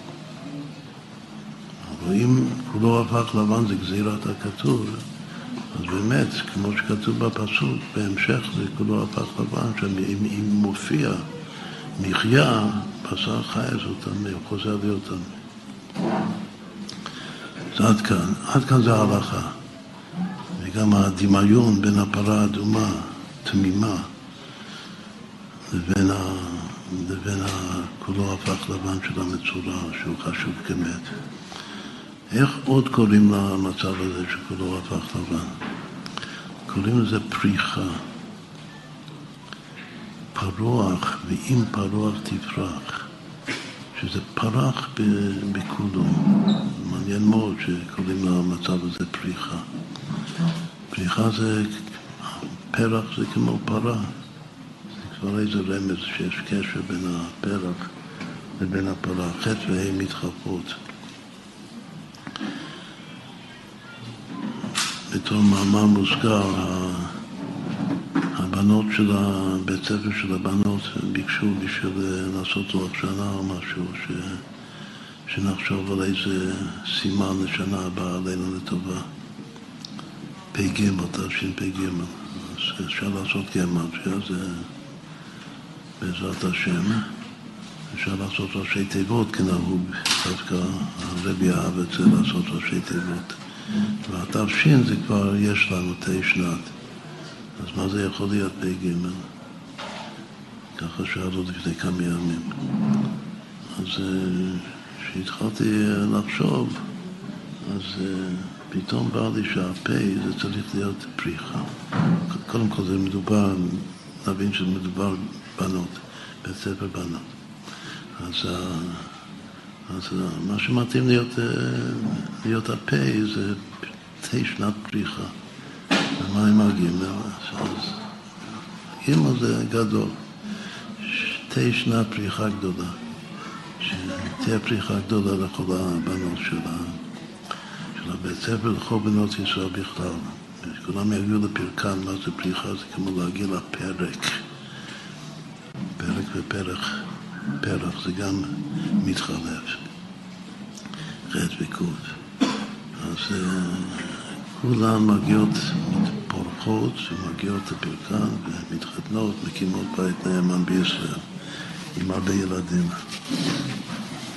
אבל אם כולו הפך לבן זה גזירת הכתוב, אז באמת, כמו שכתוב בפסוק, בהמשך זה כולו הפך לבן, שאם מופיע מחיה, בשר חי, אז הוא טמא, הוא חוזר להיות טמא. אז עד כאן זה ההלכה. וגם הדמיון בין הפרה האדומה, תמימה, לבין כולו הפך לבן של המצורע, שהוא חשוב כמת. איך עוד קוראים למצב הזה שכולו הפך לבן? קוראים לזה פריחה. פרוח, ואם פרוח תפרח, שזה פרח בכולו. מעניין מאוד שקוראים למצב הזה פריחה. פריחה זה, פרח זה כמו פרה. זה כבר איזה רמז שיש קשר בין הפרח לבין הפרה. חטא והן מתחלפות. בתור מאמר מוסגר, הבנות של הבית ספר של הבנות ביקשו בשביל לעשות לוח שנה או משהו שנחשוב על איזה סימן לשנה הבאה עלינו לטובה. פ"ג, תשפ"ג. אז אפשר לעשות גימטריה, זה בעזרת השם. אפשר לעשות ראשי תיבות, כנהוג, דווקא הרבי אהב את זה לעשות ראשי תיבות. והתש"ין זה כבר יש לנו תשנת. אז מה זה יכול להיות פ"ג? ככה שאלו לפני כמה ימים. אז כשהתחלתי לחשוב, אז פתאום בא לי שהפה זה צריך להיות פריחה. קודם כל זה מדובר, נבין שזה מדובר בנות, בית ספר בנות. אז מה שמתאים להיות הפה זה תשנת פריחה. ומה עם הגימל? אז גימל זה גדול. תשנה פריחה גדולה. שתהיה פריחה גדולה לכל הבנות של הבית ספר, לכל בנות ישראל בכלל. כולם יגיעו לפרקן, מה זה פריחה? זה כמו להגיע לפרק. פרק ופרח. פרח זה גם מתחלף. חטא וקוף. אז כולן מגיעות פורחות ומגיעות לפרקן ומתחתנות, מקימות בית נאמן בישראל עם הרבה ילדים,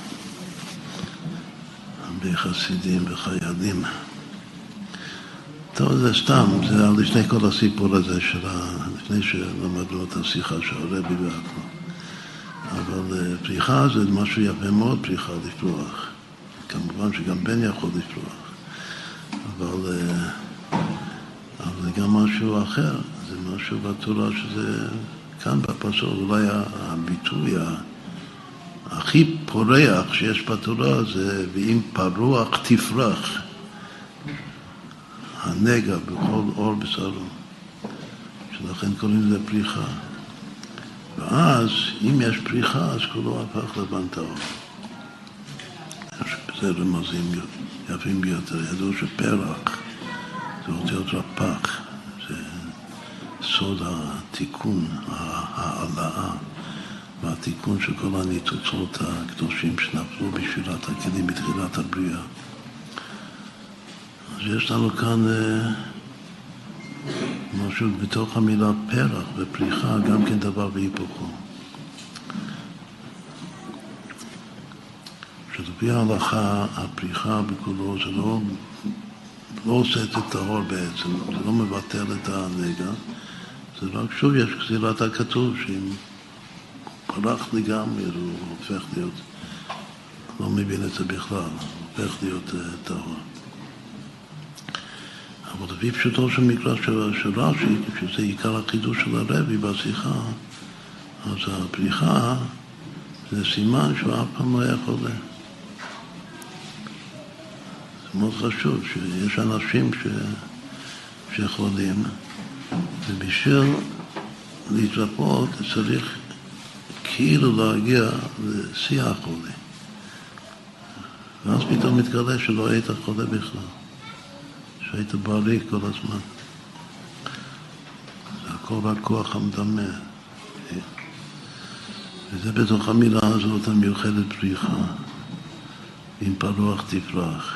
הרבה חסידים וחיילים. טוב, זה סתם, זה לפני כל הסיפור הזה לפני שלמדנו את השיחה של הרבי והכל. אבל פריחה זה משהו יפה מאוד, פריחה לפרוח. כמובן שגם בן יכול לפרוח. אבל זה גם משהו אחר, זה משהו בתורה שזה כאן בפסוק, אולי הביטוי הכי פורח שיש בתורה זה ואם פרוח תפרח. הנגע בכל אור בשרו, שלכן קוראים לזה פריחה. ואז, אם יש פריחה, אז כולו הפך לבן טהור. זה רמזים יפים ביותר. ידעו שפרח זה אותיות רפ"ח, זה סוד התיקון, העלאה, והתיקון של כל הניצוצות הקדושים שנפלו בשבירת הכלים בתחילת הבריאה. אז יש לנו כאן משהו בתוך המילה פרח ופריחה, גם כן דבר בהיפוכו. שלפי ההלכה, הפריחה בכולו זה לא עושה את הטהור בעצם, זה לא מבטל את הנגע, זה רק שוב יש גזירת הכתוב שאם פרח לגמרי הוא הופך להיות, לא מבין את זה בכלל, הופך להיות טהור. אבל לפי פשוטו של מקרא של רש"י, שזה עיקר החידוש של הרבי בשיחה, אז הפריחה זה סימן שהוא אף פעם לא היה חולה. זה מאוד חשוב שיש אנשים שחולים, ובשביל להתרפות צריך כאילו להגיע לשיא החולה. ואז פתאום מתגלה שלא היית חולה בכלל. שהיית בריא כל הזמן. זה הכל רק כוח המדמה. וזה בתוך המילה הזאת המיוחדת פריחה. אם פרוח תפרח.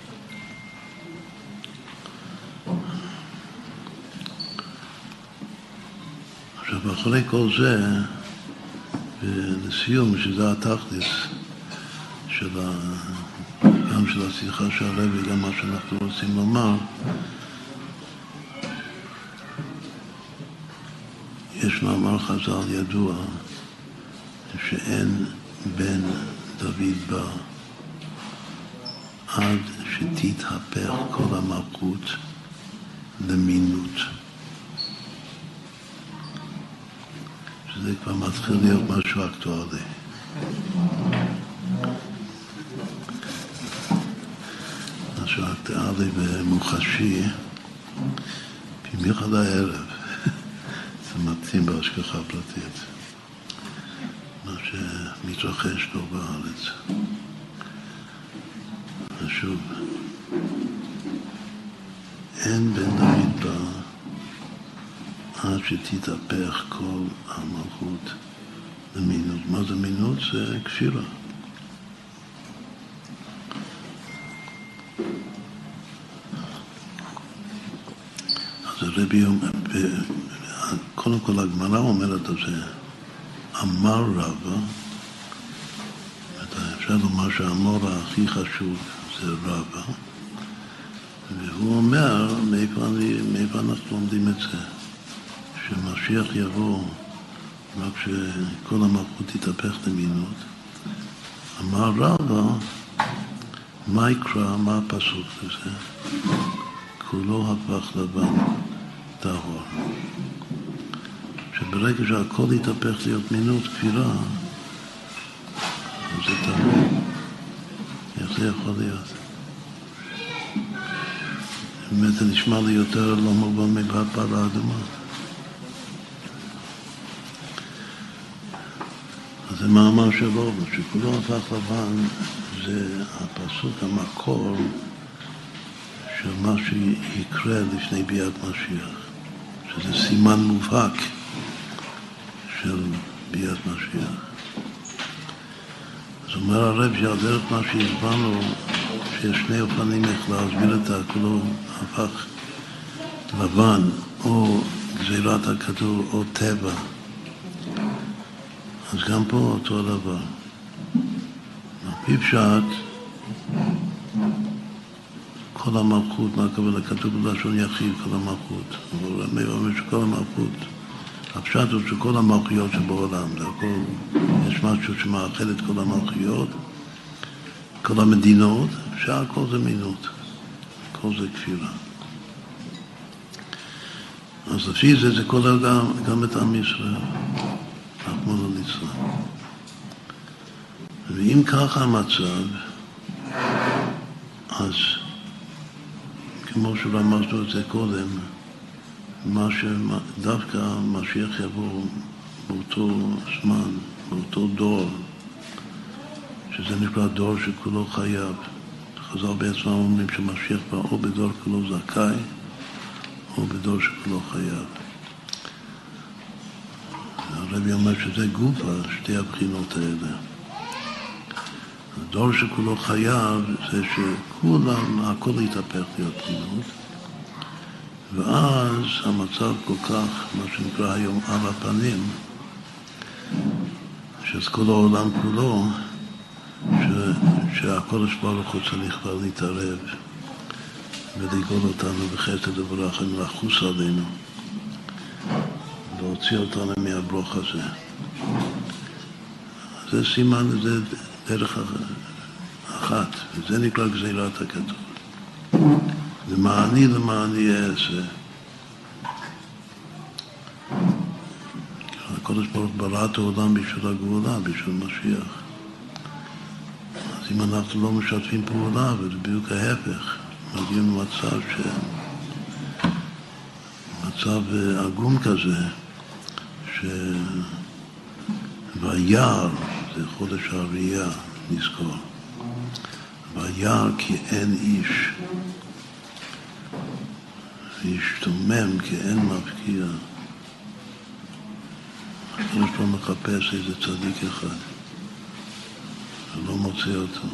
עכשיו, אחרי כל זה, ולסיום, שזה התכלס של גם של השיחה של הרבי וגם מה שאנחנו רוצים לומר, יש מאמר חז"ל ידוע שאין בן דוד בא עד שתתהפך כל המלכות למינות. שזה כבר מתחיל להיות משהו אקטואלי. משהו אקטואלי ומוחשי, במיוחד הערב. זה מתאים בהשגחה פרטית. מה שמתרחש פה בארץ. ושוב, אין בן דוד בא עד שתתהפך כל המלכות למינות. מה זה מינות? זה כפירה. אז הרבי אומר, קודם כל הגמרא אומרת את זה, אמר רבא, אפשר לומר שהאמור הכי חשוב זה רבא, והוא אומר, מאיפה אנחנו לומדים את זה? שמשיח יבוא רק שכל המלכות תתהפך למינות. אמר רבא, מה יקרא, מה הפסוק לזה? כולו הפך לבן טהור. שברגע שהכל יתהפך להיות מינות כפירה, אז זה טהור. איך זה יכול להיות? באמת זה נשמע לי יותר לא מובן מהפרה האדומה. אז זה מאמר שלו, שכולו הפך לבן, זה הפסוק המקור של מה שיקרה לפני ביאת משיח, שזה סימן מובהק של ביאת משיח. אז אומר הרב שהדרך מה שהסברנו, שיש שני אופנים איך להסביר את הכולו הפך לבן, או גזירת הכדור, או טבע. אז גם פה אותו הדבר. פי פשט, כל המלכות, מה הכוונה? כתוב בלשון יחיד, כל המלכות. אבל רמי אומר שכל המלכות, הפשט הוא שכל המלכויות שבעולם, זה הכל, יש משהו שמאחד את כל המלכויות, כל המדינות, שאר כל זה מינות, כל זה כפירה. אז לפי זה, זה כולל גם את עם ישראל, רחמנא ליצלן. ואם ככה המצב, אז כמו שרמזנו את זה קודם, דווקא משיח יבוא באותו זמן, באותו דור, שזה נקרא דור שכולו חייב. חז"ל בעצמם אומרים שמשיח בא או בדור כולו זכאי, או בדור שכולו חייב. הרבי אומר שזה גופה, שתי הבחינות האלה. הדור שכולו חייב זה שכולם, הכל יתהפך להיות פנינות, ואז המצב כל כך, מה שנקרא היום על הפנים, שאת כל העולם כולו, שהקודש ברוך הוא צריך כבר להתערב ולגאול אותנו בחסד וברחמים ולחוס עלינו, להוציא אותנו מהברוך הזה. זה סימן, זה דרך אחת, וזה נקרא גזירת הכתוב. למעני אעשה. הקדוש ברוך הוא ברא את העולם בשביל הגאולה, בשביל משיח. אז אם אנחנו לא משתפים פעולה, וזה בדיוק ההפך, מגיעים למצב מצב עגום כזה, וירא, זה חודש הראייה, נזכור. וירא כי אין איש, וישתומם כי אין מפקיע. הקדוש ברוך הוא מחפש איזה צדיק אחד, ולא מוצא אותו.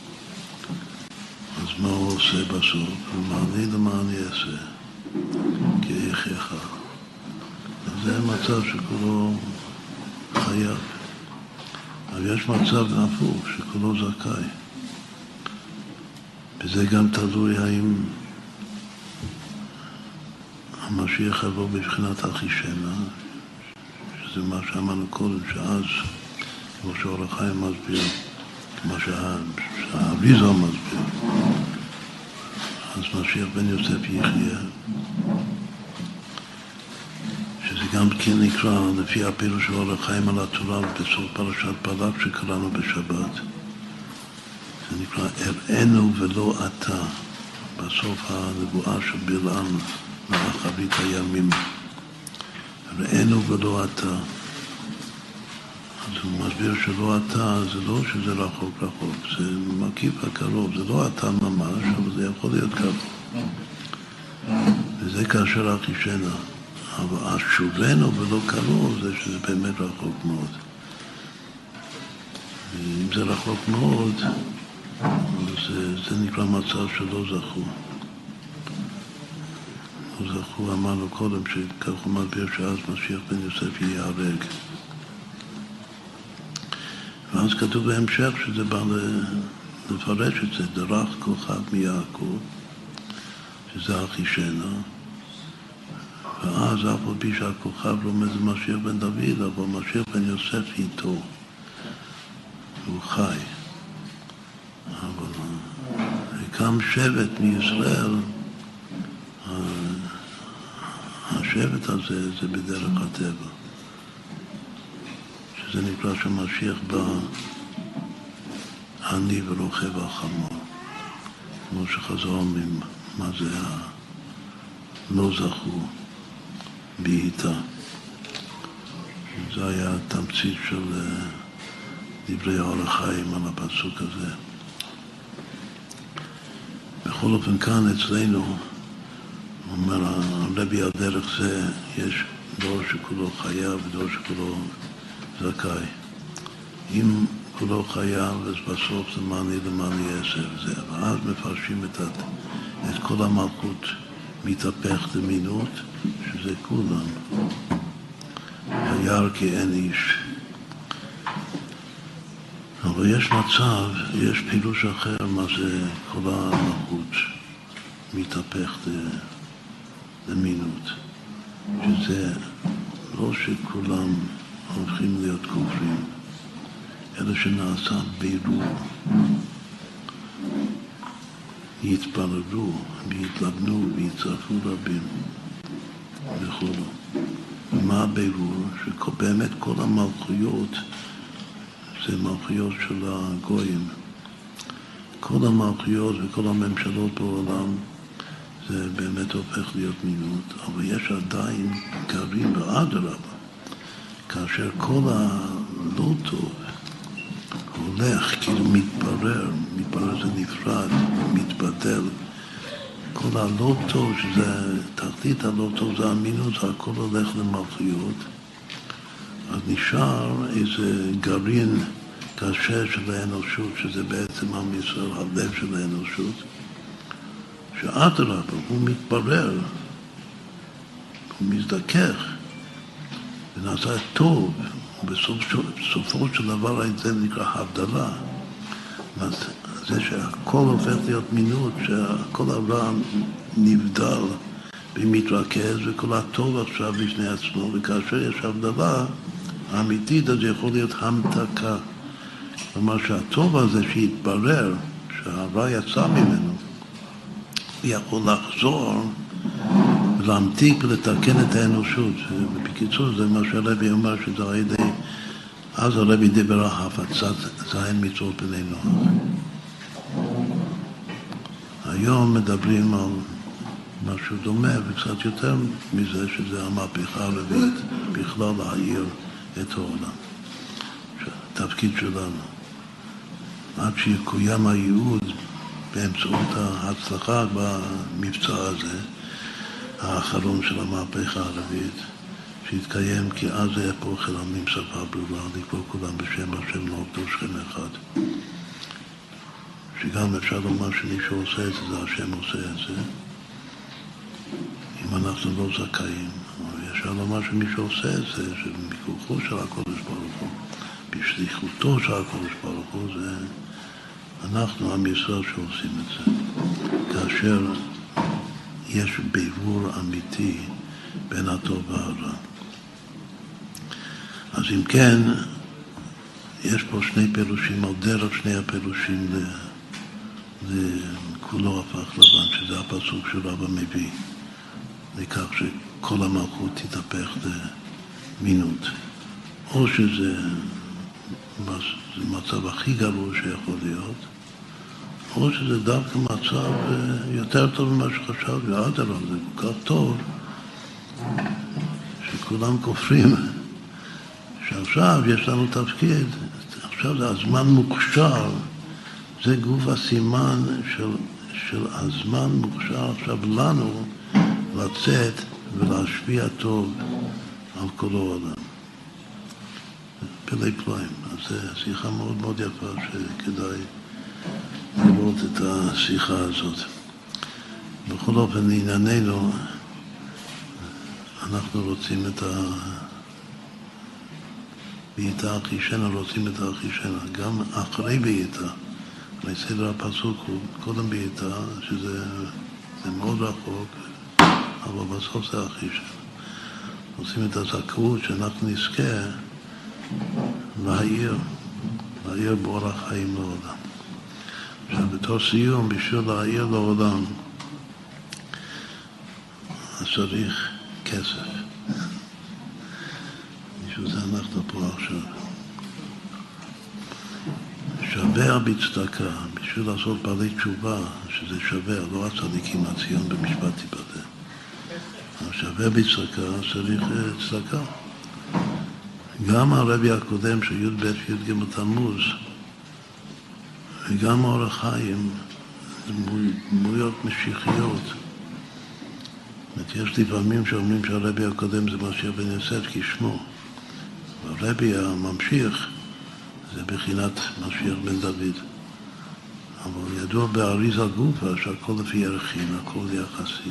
אז מה הוא עושה בסוף? למעני אעשה, כי יחייך. זה מצב שכולו חייב. אבל יש מצב הפוך, שכולו זכאי. וזה גם תלוי האם המשיח יבוא בבחינת אחישנה, שזה מה שאמרנו קודם, שאז, כמו שאור החיים מסביר, כמו שהאריז"ל מסביר, אז משיח בן יוסף יחיה, שזה גם כן נקרא, לפי הפירוש של אור החיים על התורה, בסוף פרשת בלק שקראנו בשבת, זה נקרא הראינו ולא אתה, בסוף הנבואה של בלעם מאחרית הימים. ראינו ולא אתה. אז הוא מסביר שלא אתה, זה לא שזה רחוק רחוק, זה מקיף הקרוב, זה לא אתה ממש, אבל זה יכול להיות קרוב. וזה כאשר אחישנה. אבל שובנו ולא קרוב זה שזה באמת רחוק מאוד. ואם זה רחוק מאוד, זה נקרא מצב שלא זכו. לא זכו, אמרנו קודם שכך הוא מסביר שאז משיח בן יוסף ייהרג. ואז כתוב בהמשך שזה בא לפרש את זה, דרך כוכב מיעקב, שזה אחישנה, ואז אף על פי שהכוכב רומז למשיח בן דוד, אבל משיח בן יוסף איתו, הוא חי. אבל קם שבט מישראל, השבט הזה זה בדרך הטבע, שזה נקרא שמשיח בא עני ורוכב על חמור, כמו שחז"ל אומרים, מה זה לא זכו בעיטה. זה היה התמצית של דברי האור החיים על הפסוק הזה. בכל אופן כאן אצלנו, אומר הרבי על דרך זה, יש דור שכולו חייב ודור שכולו זכאי. אם כולו חייב, אז בסוף זה למעני אעשה וזה. ואז מפרשים את כל המלכות מתהפך למינות, שזה כולם. וירא כי אין איש. אבל יש מצב, יש פירוש אחר מה זה כל המלכות. מתהפך למינות. שזה לא שכולם הולכים להיות כופרים, אלא שנעשה בירור. יתפררו ויתלבנו ויצטרפו רבים וכו'. מה הבירור? שבאמת כל המלכויות זה מלכויות של הגויים. כל המלכויות וכל הממשלות בעולם זה באמת הופך להיות מינות, אבל יש עדיין גרעין ואדרבה. כאשר כל הלא טוב הולך, כאילו מתברר זה נפרד, מתבדל. כל הלא טוב, שזה תחתית הלא טוב, זה המינות, זה הכל הולך למלכויות. אז נשאר איזה גרעין קשה של האנושות, שזה בעצם עם ישראל, הלב של האנושות, שאדרבה, הוא מתברר, הוא מזדכך, ונעשה טוב, ובסופו של דבר זה נקרא הבדלה. זה שהכל הופך להיות מינות, שכל הרע נבדל ומתרכז, וכל הטוב עכשיו בפני עצמו, וכאשר יש הבדלה האמיתית, אז יכול להיות המתקה. כלומר שהטוב הזה שהתברר, שהרע יצא ממנו, יכול לחזור ולהמתיק ולתקן את האנושות. ובקיצור, זה מה שהרבי אומר, שזה על ידי, אז הרבי דיבר על הפצת זין מצוות בני נוח. היום מדברים על משהו דומה וקצת יותר מזה, שזה המהפכה הרביעית, בכלל להאיר את העולם. התפקיד שלנו. עד שיקוים הייעוד באמצעות ההצלחה במבצע הזה, האחרון של המהפכה הרביעית, שהתקיים כי אז היה פה חיל עמים שפה ברורה, לקרוא כולם בשם השם לעובדו שכם אחד. שגם אפשר לומר שמי שעושה את זה, זה השם עושה את זה, אם אנחנו לא זכאים. אבל אפשר לומר שמי שעושה את זה, שמכוחו של הקודש ברוך הוא, בשליחותו של הקודש ברוך הוא, זה אנחנו, עם ישראל, שעושים את זה. כאשר יש בירור אמיתי בין הטוב והרע. אז אם כן, יש פה שני פירושים, על דרך שני הפירושים לכולו הפך לבן, שזה הפסוק של רבא מביא, לכך שכל המלכות תתהפך למינות. או שזה מצב הכי גרוע שיכול להיות, או שזה דווקא מצב יותר טוב ממה שחשבתי, ואדרבה, זה כל כך טוב, שכולם כופרים, שעכשיו יש לנו תפקיד, עכשיו זה הזמן מוכשר, זה גוף הסימן של הזמן מוכשר עכשיו לנו לצאת ולהשפיע טוב על כל העולם. פלאי פלאים. אז זו שיחה מאוד מאוד יפה שכדאי לראות את השיחה הזאת. בכל אופן, לענייננו, אנחנו רוצים את בעיטה אחישנה, רוצים את האחישנה. גם אחרי בעיטה, הרי סדר הפסוק הוא קודם בעיטה, שזה מאוד רחוק, אבל בסוף זה אחישנה. רוצים את הזכאות שאנחנו נזכה להעיר באור החיים לעולם. עכשיו, בתור סיום, בשביל להעיר לעולם, אז צריך כסף. בשביל זה אנחנו פה עכשיו. שווה בצדקה, בשביל לעשות בעלי תשובה, שזה שווה, לא הצדיקים הציון במשפט תיבדל. אבל שווה בצדקה, צריך צדקה. גם הרבי הקודם של י' ב' י' ג' תמוז, וגם אור החיים, דמויות משיחיות. יש לפעמים שאומרים שהרבי הקודם זה משיח בן יוסף כשמו, והרבי הממשיך זה בחינת משיח בן דוד. אבל ידוע באריזה גופה שהכל לפי ערכים, הכל יחסי.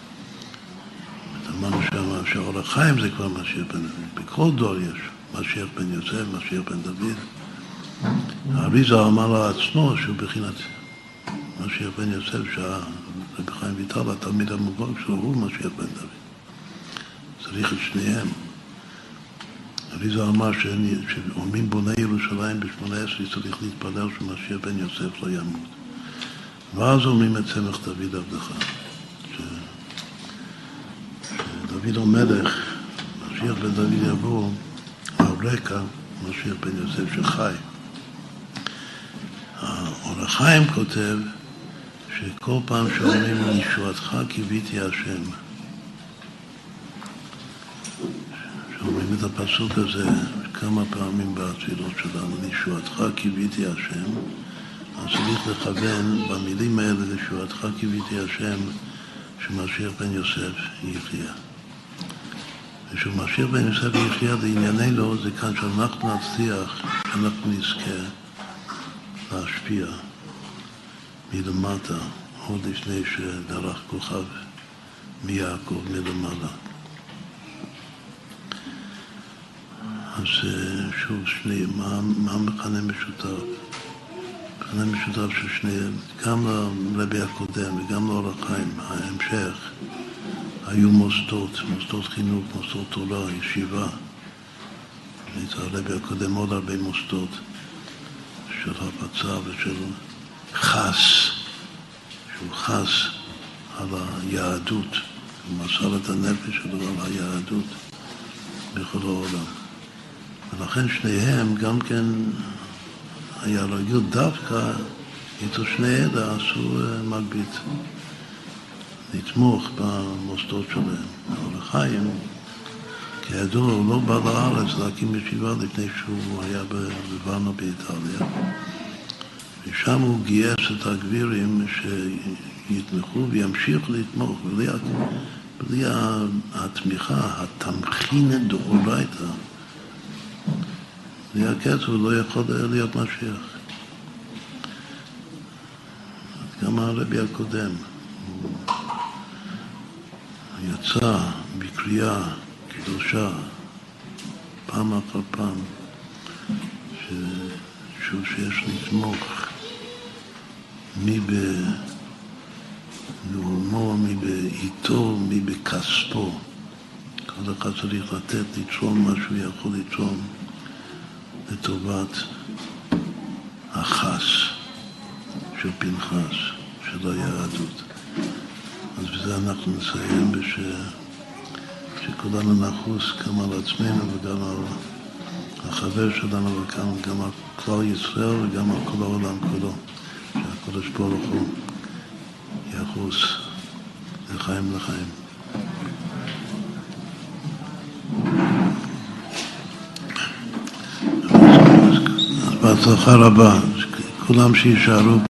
אמרנו שהאור החיים זה כבר משיח בן דוד. בכל דור יש משיח בן יוסף, משיח בן דוד. האריזה אמר לעצמו שהוא בחינת משיח בן יוסף, רבי חיים ויטל, התלמיד המובהק שלו הוא משיח בן דוד. צריך את שניהם. אריזה אמר שאומרים בוני ירושלים ב-18 צריך להתפלל שמשיח בן יוסף לא ימות. ואז אומרים את צמח דוד עבדך. שדוד המלך, משיח בן דוד יבוא על רקע משיח בן יוסף שחי. אור החיים כותב שכל פעם שאומרים ישועתך קיוויתי השם, שאומרים את הפסוק הזה כמה פעמים בתפילות שלנו, ישועתך קיוויתי השם, אז צריך לכוון במילים האלה ישועתך קיוויתי השם שמשיח בן יוסף יחיה. ושמשיח בן יוסף יחיה לענייננו זה כאן שאנחנו נצליח, שאנחנו נזכה להשפיע מלמטה, עוד לפני שדרך כוכב מיעקב מלמעלה. אז שוב, מה מכנה משותף? מכנה משותף של שניהם, גם לרבי הקודם וגם לאור החיים, ההמשך, היו מוסדות חינוך, מוסדות תורה, ישיבה. הרבי הקודם עוד הרבה מוסדות של הפצה ושל חס, שהוא חס על היהדות, הוא מסר את הנפש שלו על היהדות בכל העולם. ולכן שניהם גם כן היה רגיל דווקא איתו שני אלה עשו מגבית לתמוך במוסדות שלהם. אור החיים, כידוע, הוא לא בא לארץ להקים ישיבה לפני שהוא היה בוורנה באיטליה. ושם הוא גייס את הגבירים שיתמכו וימשיכו לתמוך. בלי התמיכה, התמכין דאורייתא, בלי הקץ הוא לא יכול להיות משיח. גם הרבי הקודם, הוא יצא בקריאה קדושה פעם אחר פעם שיש לתמוך מי בנאומו, מי בעיתו, מי בכספו. כל אחד צריך לתת, לתרום מה שהוא יכול לתרום לטובת החס של פנחס, של היהדות. אז בזה אנחנו נסיים שכולנו נחוס גם על עצמנו וגם על החבר שלנו וגם על כלל ישראל וגם על כל העולם כולו, שהקדוש ברוך הוא יחוס לחיים לחיים. אז בהצלחה רבה, כולם שישארו